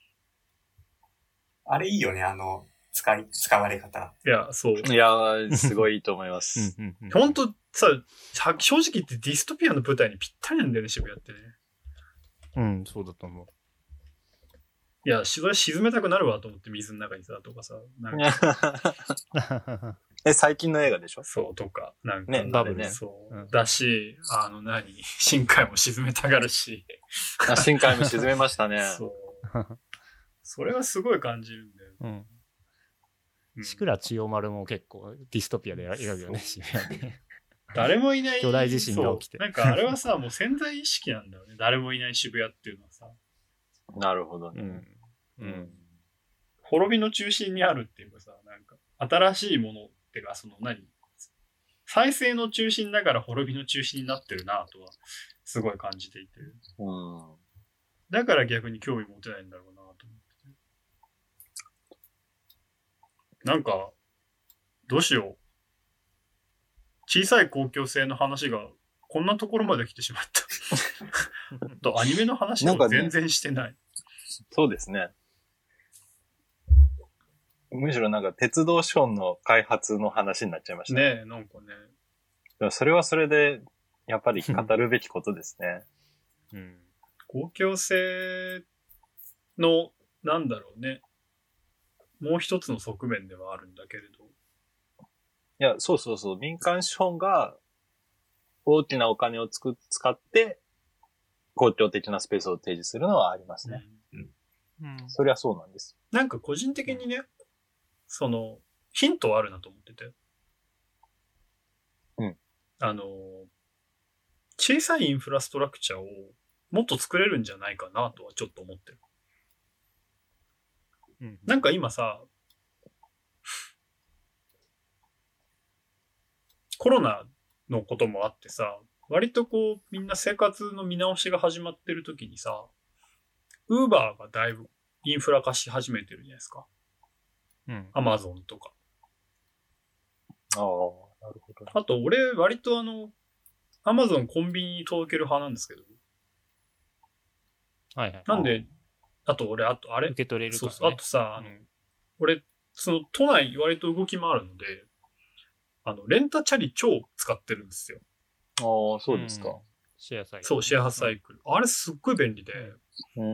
Speaker 4: あれいいよね、あの、使い、使われ方。
Speaker 1: いや、そう。
Speaker 3: いや、すごいいいと思います。
Speaker 1: ほんと、さ、正直言ってディストピアの舞台にぴったりなんだよね、渋谷ってね。
Speaker 2: うん、そうだと思う。
Speaker 1: いや、それ沈めたくなるわと思って、水の中にさ、とかさ。なんか
Speaker 3: え、最近の映画でしょ？
Speaker 1: そう、とか。なんか、
Speaker 3: ね、
Speaker 1: バブルね。そう。うん、だし、あの何、深海も沈めたがるし。
Speaker 3: あ、深海も沈めましたね。
Speaker 1: そう。それはすごい感じるんだよ。
Speaker 2: うん志倉千代丸も結構ディストピアで描くよね、渋谷で。
Speaker 1: 誰もいない。
Speaker 2: 巨大地震が起きて。
Speaker 1: なんかあれはさ、もう潜在意識なんだよね。誰もいない渋谷っていうのはさ。
Speaker 3: なるほどね。
Speaker 1: うん。うん。滅びの中心にあるっていうかさ、なんか、新しいものっていうか、その何再生の中心だから滅びの中心になってるなとは、すごい感じていて。うん。だから逆に興味持てないんだろうなと思って。なんか、どうしよう。小さい公共性の話がこんなところまで来てしまった。とアニメの話も全然してない。
Speaker 3: ね、そうですね。むしろなんか鉄道資本の開発の話になっちゃいました
Speaker 1: ね。ねえ、なんか
Speaker 3: ね。それはそれで、やっぱり語るべきことですね。
Speaker 1: うん、公共性の、なんだろうね。もう一つの側面ではあるんだけれど。
Speaker 3: いや、そうそうそう。民間資本が大きなお金をつく使って公共的なスペースを提示するのはありますね。うんうん、そりゃそうなんです。
Speaker 1: なんか個人的にね、その、ヒントはあるなと思ってて。
Speaker 3: うん。
Speaker 1: あの、小さいインフラストラクチャーをもっと作れるんじゃないかなとはちょっと思ってる。うん、なんか今さ、コロナのこともあってさ、割とこうみんな生活の見直しが始まってる時にさ、ウーバーがだいぶインフラ化し始めてるじゃないですか。うん。アマゾンとか。
Speaker 3: ああ、 なるほど。
Speaker 1: あと、俺、割とあの、アマゾンコンビニに届ける派なんですけど。
Speaker 2: はいはい。
Speaker 1: なんで、あと俺、あと、あれ
Speaker 2: 受け取れるから、ね。
Speaker 1: そうそう。あとさ、あの、うん、俺、その、都内割と動き回るので、あの、レンタチャリ超使ってるんですよ。
Speaker 3: ああ、そうですか。うん、
Speaker 2: シェアサイクル。
Speaker 1: そう、シェアサイクル。うん、あれすっごい便利で、うん、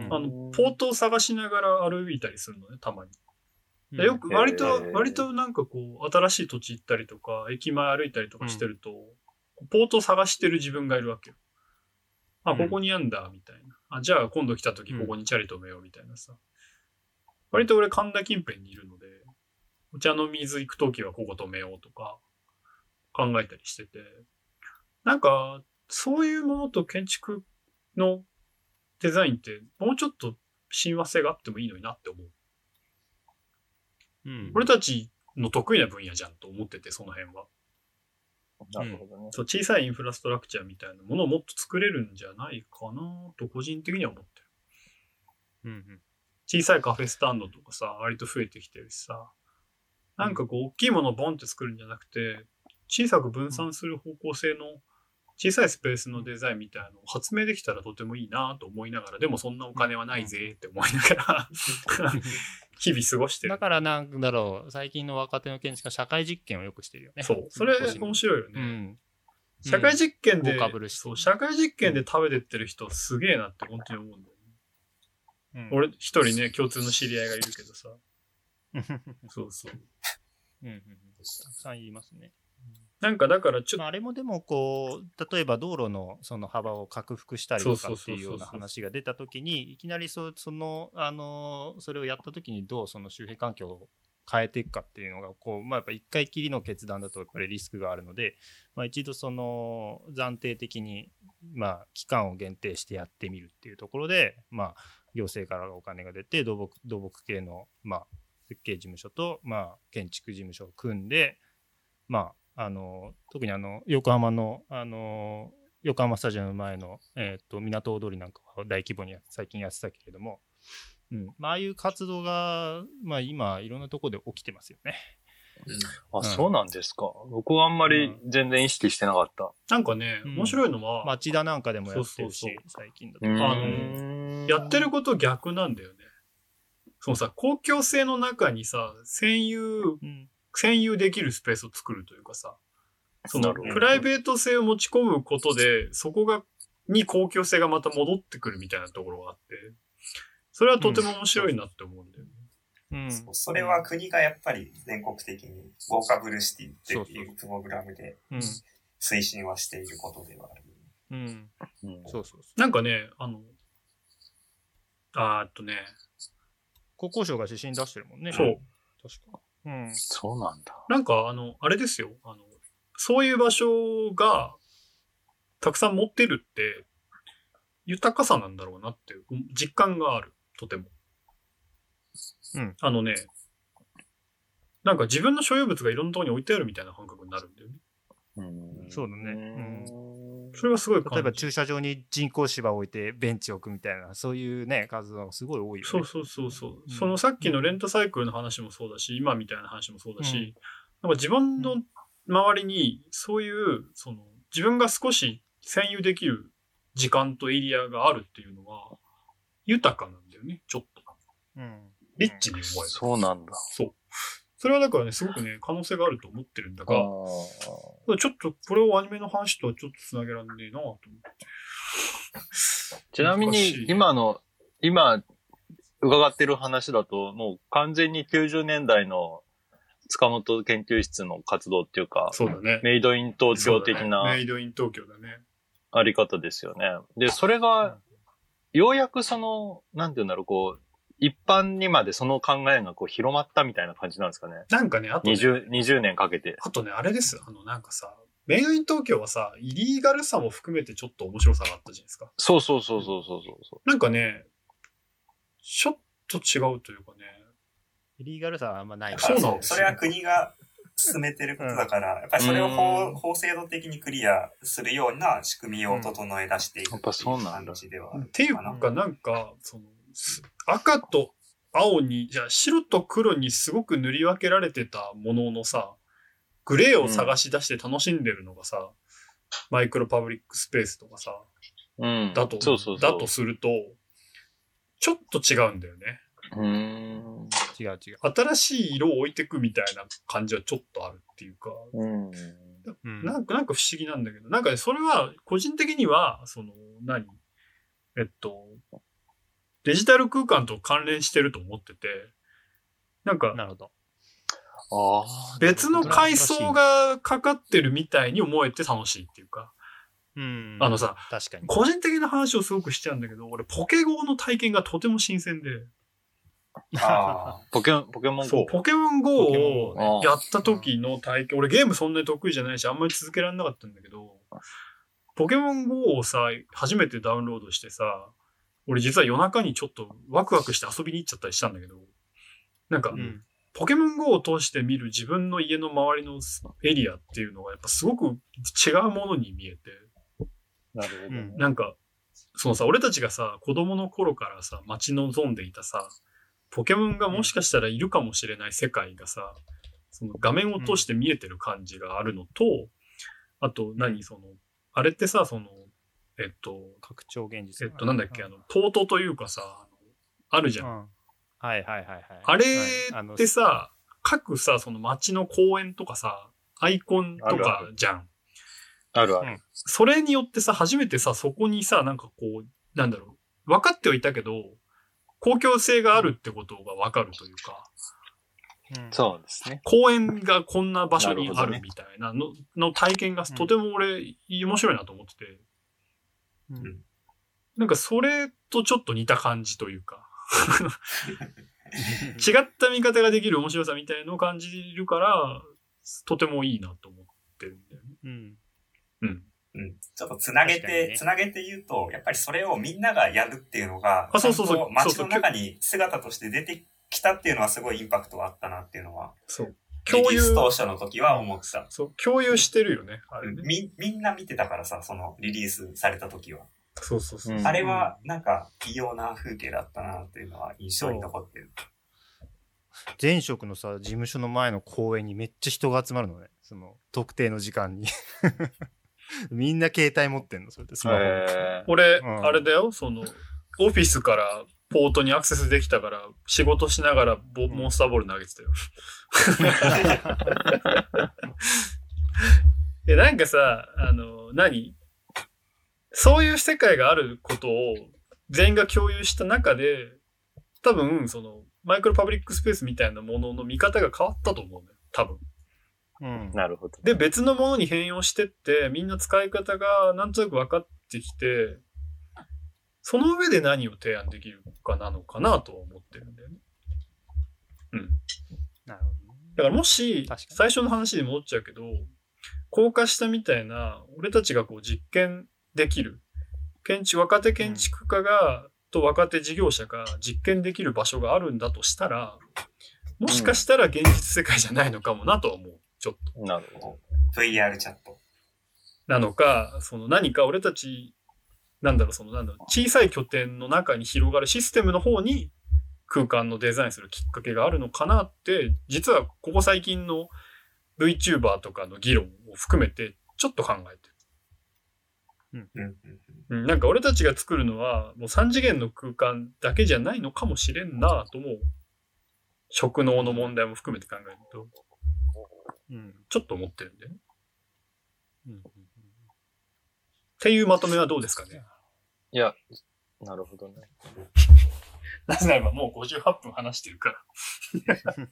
Speaker 1: あの、ポートを探しながら歩いたりするのね、たまに。よく、割と、割となんかこう、新しい土地行ったりとか、駅前歩いたりとかしてると、うん、ポートを探してる自分がいるわけよ。あ、ここにあんだ、みたいな。あ、じゃあ今度来た時ここにチャリ止めよう、みたいなさ。うん、割と俺神田近辺にいるので、お茶の水行く時はここ止めようとか、考えたりしてて。なんか、そういうものと建築のデザインって、もうちょっと親和性があってもいいのになって思う。うん、俺たちの得意な分野じゃんと思ってて、その辺は。
Speaker 3: なるほどね。
Speaker 1: そう、小さいインフラストラクチャーみたいなものをもっと作れるんじゃないかなと個人的には思ってる。うんうん、小さいカフェスタンドとかさ、割と増えてきてるしさ、なんかこう、大きいものをボンって作るんじゃなくて、小さく分散する方向性の小さいスペースのデザインみたいなのを発明できたらとてもいいなと思いながら、でもそんなお金はないぜって思いながら日々過ごしてる。
Speaker 2: だからなんだろう、最近の若手の建築家社会実験をよくしてるよね。
Speaker 1: そう、それ面白いよね。うん、社会実験で、うん、そう、社会実験で食べてってる人すげえなって本当に思うんだよね。うん、俺一人ね、共通の知り合いがいるけどさ。そうそう。
Speaker 2: うんうん、たくさん言いますね。
Speaker 1: なんかだからちょっと、
Speaker 2: まあ、あれもでもこう例えば道路のその幅を拡幅したりとかっていうような話が出た時にいきなりそそのあのそれをやった時にどうその周辺環境を変えていくかっていうのがこう、まあ、やっぱ一回きりの決断だとやっぱりリスクがあるので、まあ、一度その暫定的にまあ期間を限定してやってみるっていうところで、まあ、行政からお金が出て土木土木系のまあ設計事務所とまあ建築事務所を組んでまああの特にあの横浜の、あの横浜スタジアム前の、えー、と港大通りなんかは大規模に最近やってたけれども、うんまあ、ああいう活動が、まあ、今いろんなところで起きてますよね。
Speaker 3: うん、あ、そうなんですか。僕はあんまり全然意識してなかった。うん、
Speaker 1: なんかね、面白いのは、
Speaker 2: 町田なんかでもやってるし、そうそうそう最近だと。
Speaker 1: あの、やってること逆なんだよね。そのさ、公共性の中にさ、占有、うん占有できるスペースを作るというかさ、そのプライベート性を持ち込むことで、そこが、に公共性がまた戻ってくるみたいなところがあって、それはとても面白いなって思うんだよね。
Speaker 4: うん、そうそれは国がやっぱり全国的にウォーカブルシティっていうプログラムで推進はしていることではある。うん。
Speaker 1: うん、そうそうそう。なんかね、あの、あーっとね、
Speaker 2: 国交省が指針出してるもんね。
Speaker 1: そう。
Speaker 2: 確か。
Speaker 3: うん、そうなんだ。
Speaker 1: なんかあのあれですよ、あのそういう場所がたくさん持ってるって豊かさなんだろうなっていう実感がある、とても。うん。あのね、なんか自分の所有物がいろんなところに置いてあるみたいな感覚になるんだよね。
Speaker 2: うん、そうだね。うん。
Speaker 1: それはすごい感じ。
Speaker 2: 例えば駐車場に人工芝を置いてベンチを置くみたいなそういうね活動がすごい多いよね。
Speaker 1: そうそうそうそう、うん、そのさっきのレンタサイクルの話もそうだし、今みたいな話もそうだし、うん、なんか自分の周りにそういうその自分が少し占有できる時間とエリアがあるっていうのは豊かなんだよね、ちょっと。うん、リッチに思える。
Speaker 3: そうなんだ。
Speaker 1: そう。それはだからね、すごくね、可能性があると思ってるんだが、ちょっとこれをアニメの話とはちょっとつなげらんねえなと思って。
Speaker 3: ちなみに、今の、今、伺ってる話だと、もう完全にきゅうじゅうねんだいの塚本研究室の活動っていうか、
Speaker 1: そうだね。
Speaker 3: メイドイン東京的な、
Speaker 1: ね、メイドイン東京だね。
Speaker 3: あり方ですよね。で、それが、ようやくその、なんていうんだろう、こう、一般にまでその考えがこう広まったみたいな感じなんですかね。
Speaker 1: なんかね、あとね、
Speaker 3: にじゅう、にじゅうねんかけて。
Speaker 1: あとね、あれです。あの、なんかさ、メイドイン東京はさ、イリーガルさも含めてちょっと面白さがあったじゃないですか。
Speaker 3: そうそうそうそうそうそう。
Speaker 1: なんかね、ちょっと違うというかね。
Speaker 2: イリーガルさはあんまない
Speaker 1: から。そうなんです。
Speaker 4: それは国が進めてることだから、うん、やっぱりそれを法、法制度的にクリアするような仕組みを整え出していくっていう感じではある。
Speaker 1: っていうか、なんか、その、赤と青に、じゃあ白と黒にすごく塗り分けられてたもののさ、 グレーを探し出して楽しんでるのがさ、うん、マイクロパブリックスペースとかさ、
Speaker 3: うん、
Speaker 1: だと、
Speaker 3: そうそうそう
Speaker 1: だとすると、ちょっと違うんだよね。
Speaker 3: うーん。
Speaker 2: 違う違う。
Speaker 1: 新しい色を置いてくみたいな感じはちょっとあるっていうか、
Speaker 3: うん、
Speaker 1: なんか、なんか不思議なんだけど、なんかね、それは個人的には、その、何えっと、デジタル空間と関連してると思ってて、なんか、
Speaker 2: なるほど。
Speaker 1: 別の階層がかかってるみたいに思えて楽しいっていうか、
Speaker 2: うん、
Speaker 1: あのさ、
Speaker 2: 確かに
Speaker 1: 個人的な話をすごくしちゃうんだけど、俺ポケゴーの体験がとても新鮮で、
Speaker 3: あポケモン、ポケモン GO。
Speaker 1: そう、ポケモン ゴー をやった時の体験、俺ゲームそんなに得意じゃないし、あんまり続けられなかったんだけど、ポケモン ゴー をさ、初めてダウンロードしてさ、俺実は夜中にちょっとワクワクして遊びに行っちゃったりしたんだけど、なんか、うん、ポケモン ゴー を通して見る自分の家の周りのエリアっていうのがやっぱすごく違うものに見えて、
Speaker 3: なるほど、ね。
Speaker 1: なんか、そのさ、俺たちがさ、子供の頃からさ、待ち望んでいたさ、ポケモンがもしかしたらいるかもしれない世界がさ、その画面を通して見えてる感じがあるのと、うん、あと何、その、あれってさ、その、えっと、
Speaker 2: 拡張現実。
Speaker 1: えっと、なんだっけ、あの、トートというかさ、あるじゃん。うん、
Speaker 2: はいはいはいはい。
Speaker 1: あれってさ、はい、各さ、その街の公園とかさ、アイコンとかじゃん。
Speaker 3: あるある。
Speaker 1: それによってさ、初めてさ、そこにさ、なんかこう、なんだろう、分かってはいたけど、公共性があるってことが分かるというか、
Speaker 3: うん、そうですね。
Speaker 1: 公園がこんな場所にあるみたいなの、ね、の体験がとても俺、面白いなと思ってて、うん、なんかそれとちょっと似た感じというか、違った見方ができる面白さみたいのを感じるから、とてもいいなと思ってるんだよね。うん
Speaker 4: うんうん、ちょっとつなげて、ね、つなげて言うと、やっぱりそれをみんながやるっていうのが、
Speaker 1: あ、そうそうそう。
Speaker 4: 街の中に姿として出てきたっていうのはすごいインパクトはあったなっていうのは、
Speaker 1: そう。
Speaker 4: 共有。リリース当初の時は思ってた。
Speaker 1: そう。共有してるよね。あれね。
Speaker 4: み、みんな見てたからさ、そのリリースされた時は。
Speaker 1: そうそうそう。
Speaker 4: あれはなんか異様な風景だったなっていうのは印象に残ってる。
Speaker 2: 前職のさ、事務所の前の公園にめっちゃ人が集まるのね。その特定の時間に。みんな携帯持ってんのそれでスマホ。
Speaker 1: 俺、うん、あれだよ、その、オフィスからポートにアクセスできたから、仕事しながらボ、うん、モンスターボール投げてたよ。で、なんかさ、あの、何そういう世界があることを全員が共有した中で、多分、その、マイクロパブリックスペースみたいなものの見方が変わったと思うのよ。多分。
Speaker 3: うん、なるほど。
Speaker 1: で、別のものに変容してって、みんな使い方がなんとなく分かってきて、その上で何を提案できるかなのかなとは思ってるんだよね。うん。
Speaker 2: なるほど、ね。
Speaker 1: だからもし、最初の話に戻っちゃうけど、高架下みたいな、俺たちがこう実験できる、建築、若手建築家が、うん、と若手事業者が実験できる場所があるんだとしたら、もしかしたら現実世界じゃないのかもなとは思う。ちょっと。
Speaker 3: なるほど。
Speaker 4: ブイアール チャット。
Speaker 1: なのか、その何か俺たち、なんだろう、そのなんだろう、小さい拠点の中に広がるシステムの方に空間のデザインするきっかけがあるのかなって、実はここ最近の VTuber とかの議論を含めてちょっと考えてる。うんうんうん、なんか俺たちが作るのはもうさん次元の空間だけじゃないのかもしれんなとも職能の問題も含めて考えると、うん、ちょっと思ってるんだよね、うんうんうん、っていうまとめはどうですかね。
Speaker 3: いや、なるほどね。
Speaker 1: なぜならばもうごじゅうはっぷん話してるから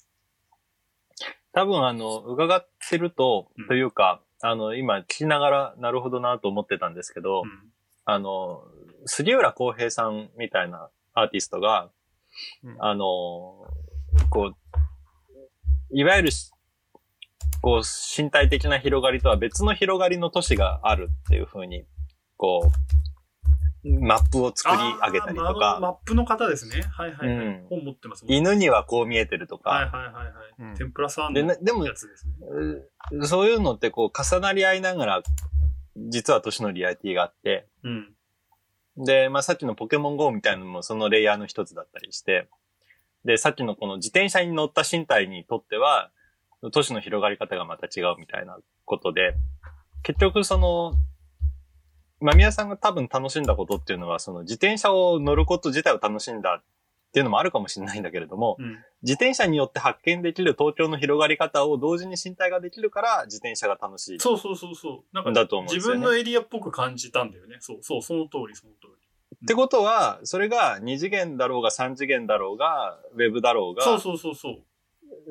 Speaker 3: 多分あの伺ってると、うん、というかあの、今聞きながらなるほどなと思ってたんですけど、うん、あの、杉浦康平さんみたいなアーティストが、うん、あの、こう、いわゆる、こう、身体的な広がりとは別の広がりの都市があるっていう風に、こう、マップを作り上げたりとか。
Speaker 1: マップの方ですね。はいはいはい。うん、本持ってます。
Speaker 3: 犬にはこう見えてるとか。
Speaker 1: はいはいはいはい。うん、天ぷらさんのやつですね。
Speaker 3: でも、そういうのってこう重なり合いながら、実は都市のリアリティがあって。うん、で、まあさっきのポケモン ゴー みたいなのもそのレイヤーの一つだったりして。で、さっきのこの自転車に乗った身体にとっては、 都市の広がり方がまた違うみたいなことで、結局その、まあ、宮さんが多分楽しんだことっていうのは、その自転車を乗ること自体を楽しんだっていうのもあるかもしれないんだけれども、うん、自転車によって発見できる東京の広がり方を同時に身体ができるから自転車が楽しい。
Speaker 1: そうそうそうそう。なんかだと思うんですよね。自分のエリアっぽく感じたんだよね。そうそう、その通りその通り。
Speaker 3: ってことは、それがに次元だろうがさん次元だろうが、ウェブだろうが、
Speaker 1: そうそうそうそう。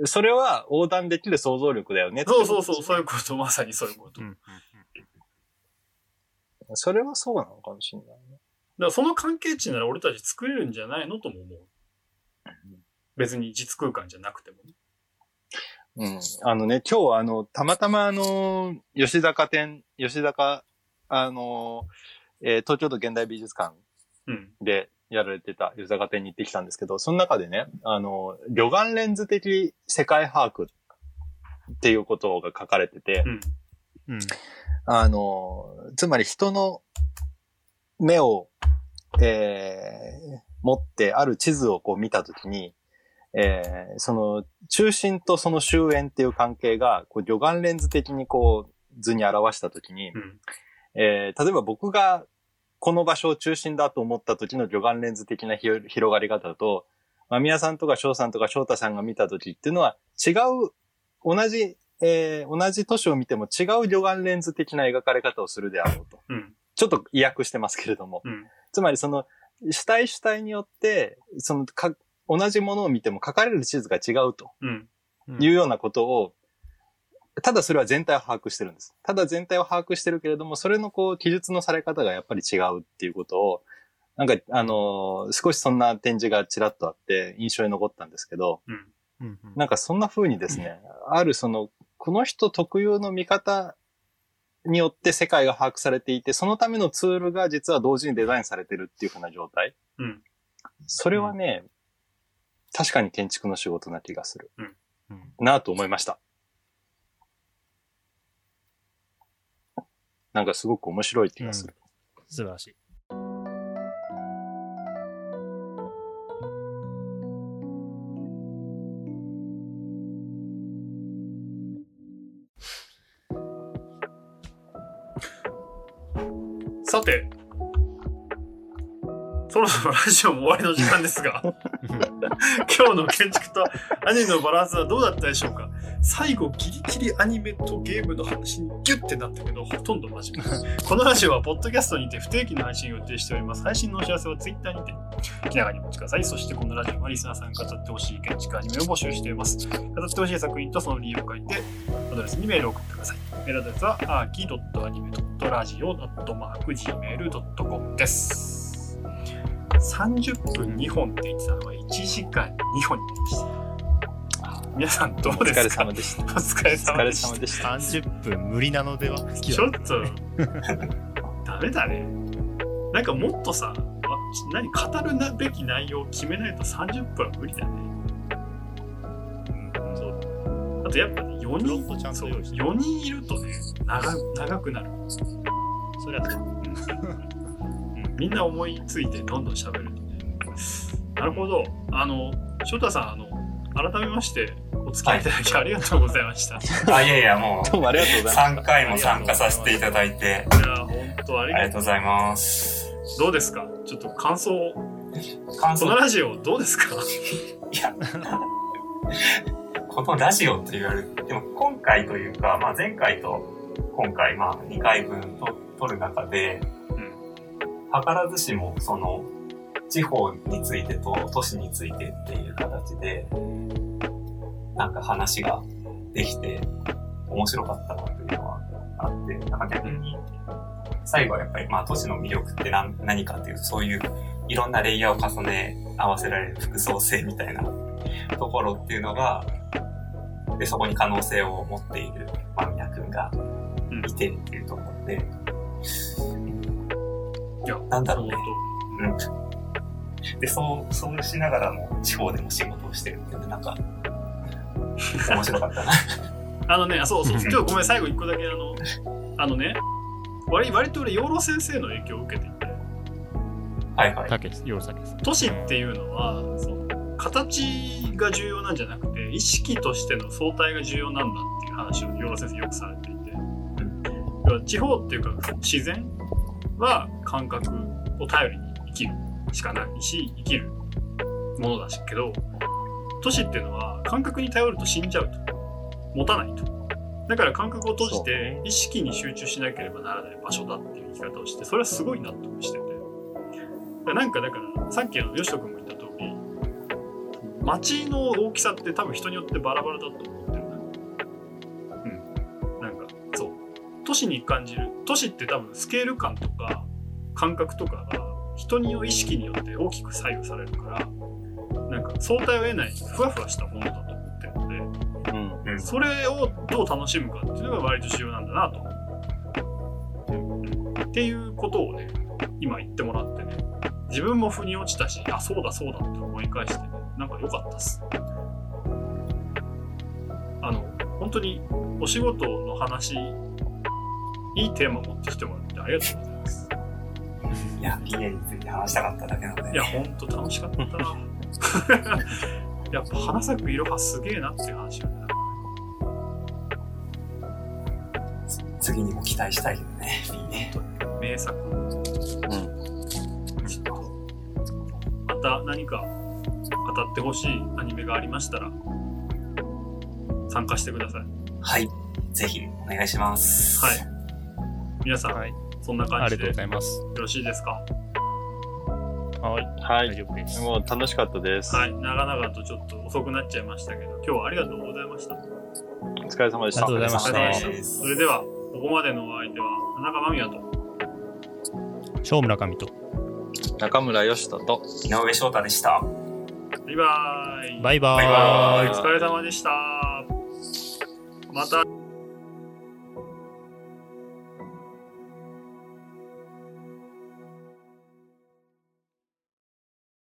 Speaker 3: それは横断できる想像力だよねって
Speaker 1: ことですね。そうそうそう、そういうこと、まさにそういうこと。うん
Speaker 3: それはそうなのかもしれないね。だか
Speaker 1: らその関係値なら俺たち作れるんじゃないのとも思う。別に実空間じゃなくてもね。
Speaker 3: うん。あのね、今日あの、たまたまあの、吉坂店、吉坂、あの、えー、東京都現代美術館でやられてた吉坂店に行ってきたんですけど、その中でね、あの、魚眼レンズ的世界把握っていうことが書かれてて、うんうんあの、つまり人の目を、えー、持ってある地図をこう見たときに、えー、その中心とその周縁っていう関係がこう魚眼レンズ的にこう図に表したときに、うんえー、例えば僕がこの場所を中心だと思った時の魚眼レンズ的な広がり方と、ま宮さんとか翔さんとか翔太さんが見た時っていうのは違う、同じえー、同じ都市を見ても違う魚眼レンズ的な描かれ方をするであろうと。うん、ちょっと意訳してますけれども。うん、つまりその主体主体によって、そのか同じものを見ても書かれる地図が違うというようなことを、ただそれは全体を把握してるんです。ただ全体を把握してるけれども、それのこう記述のされ方がやっぱり違うっていうことを、なんかあのー、少しそんな展示がちらっとあって印象に残ったんですけど、うんうんうん、なんかそんな風にですね、うん、あるそのこの人特有の見方によって世界が把握されていて、そのためのツールが実は同時にデザインされてるっていう風な状態。うん、それはね、うん、確かに建築の仕事な気がする。うんうん、なぁと思いました。なんかすごく面白い気がする。
Speaker 2: うん、素晴らしい。
Speaker 1: さて、そろそろラジオも終わりの時間ですが今日の建築とアニメのバランスはどうだったでしょうか。最後ギリギリアニメとゲームの話にギュッてなったけどほとんど真面目このラジオはポッドキャストにて不定期の配信を予定しております。配信のお知らせはツイッターにて気長にお待ちください。そしてこのラジオはリスナーさんが語ってほしい建築アニメを募集しています。語ってほしい作品とその理由を書いてアドレスにメールを送ってください。メールアドレスは アーキードットアニメドットラジオアットマークジーメールドットコム です。さんじゅっぷんにほんって言ってたのがいちじかんにほんになりました。皆さんどうですか。
Speaker 3: お疲れ様でした。お
Speaker 1: 疲れ様でした。
Speaker 2: さんじゅっぷん無理なのでは。
Speaker 1: ちょっとダメだね。なんかもっとさ、何語るべき内容を決めないとさんじゅっぷんは無理だね。うん、そうあとやっぱねよにんそうよにんいるとね 長, 長くなる。
Speaker 2: そりゃそう。
Speaker 1: みんな思いついてどんどん喋るとね。なるほど。あの翔太さん、あの改めましてお付き合いいただきありがとうございました。
Speaker 4: はい、あ、いやいや、もう
Speaker 3: どうもありがとうございます。
Speaker 4: さんかいも参加させていただいて、い
Speaker 1: や本当ありがとうございます。どうですか。ちょっと感想を。感想。このラジオどうですか。
Speaker 4: いや、このラジオって言われる。でも今回というか、まあ前回と今回まあにかいぶんと撮る中で。図らずしもその地方についてと都市についてっていう形でなんか話ができて面白かったなというのはあって、なんか逆に最後はやっぱりまあ都市の魅力って何、何かっていうとそういういろんなレイヤーを重ね合わせられる複層性みたいなところっていうのがでそこに可能性を持っている間宮くんがいてっていうところで。いやなんだろうね。うん。で、そう、そうしながらも地方でも仕事をしてるってなんか面白かったな。
Speaker 1: あのね、そうそう、ちょっとごめん、最後一個だけあの、あのね、割割と俺養老先生の影響を受けていて。
Speaker 4: はいはい。
Speaker 2: たけし、養老たけし。
Speaker 1: 都市っていうのはその形が重要なんじゃなくて、 、意識としての相対が重要なんだっていう話を養老先生よくされていて、うん、地方っていうか自然は感覚を頼りに生きるしかないし、生きるものだしけど、都市っていうのは感覚に頼ると死んじゃうと、持たないと。だから感覚を閉じて意識に集中しなければならない場所だっていう生き方をして、それはすごい納得してて、なんかだからさっきのよしと君も言った通り、街の大きさって多分人によってバラバラだと思ってるな。うん。なんかそう都市に感じる、都市って多分スケール感とか感覚とかが人の意識によって大きく左右されるから、なんか相対を得ないふわふわしたものだと思ってるので、うん、それをどう楽しむかっていうのが割と重要なんだなと、うんうん、っていうことをね今言ってもらってね、自分も腑に落ちたし、あ、そうだそうだって思い返してね、なんか良かったっす。あの本当にお仕事の話、いいテーマ持ってきてもらってありがとうございます。
Speaker 4: いや、ピーエー について話したかっただけなので、ね、
Speaker 1: いや本当楽しかったなやっぱ花咲くいろはすげえなっていう話よね。
Speaker 4: 次にも期待したいけどね、いいね。
Speaker 1: 名作。うん。ちょっとまた何か語ってほしいアニメがありましたら参加してください。
Speaker 4: はい、ぜひお願いします。
Speaker 1: はい。皆さん、はい、そんな感じで
Speaker 2: ありがとうございます。
Speaker 1: よろしいですか？
Speaker 2: はい、
Speaker 3: はい、
Speaker 2: 大丈夫です。
Speaker 3: もう楽しかったです。
Speaker 1: はい、長々とちょっと遅くなっちゃいましたけど、今日はありがとうございました。
Speaker 3: お疲れ様でした。
Speaker 2: ありがとうございました。
Speaker 1: それではここまでのお相手は田中間宮と
Speaker 2: 正村上と
Speaker 3: 中村義人と
Speaker 4: 井上翔太でした。
Speaker 1: バイバーイ。
Speaker 2: バイバーイ。
Speaker 1: バイバーイ。お疲れ様でした。また。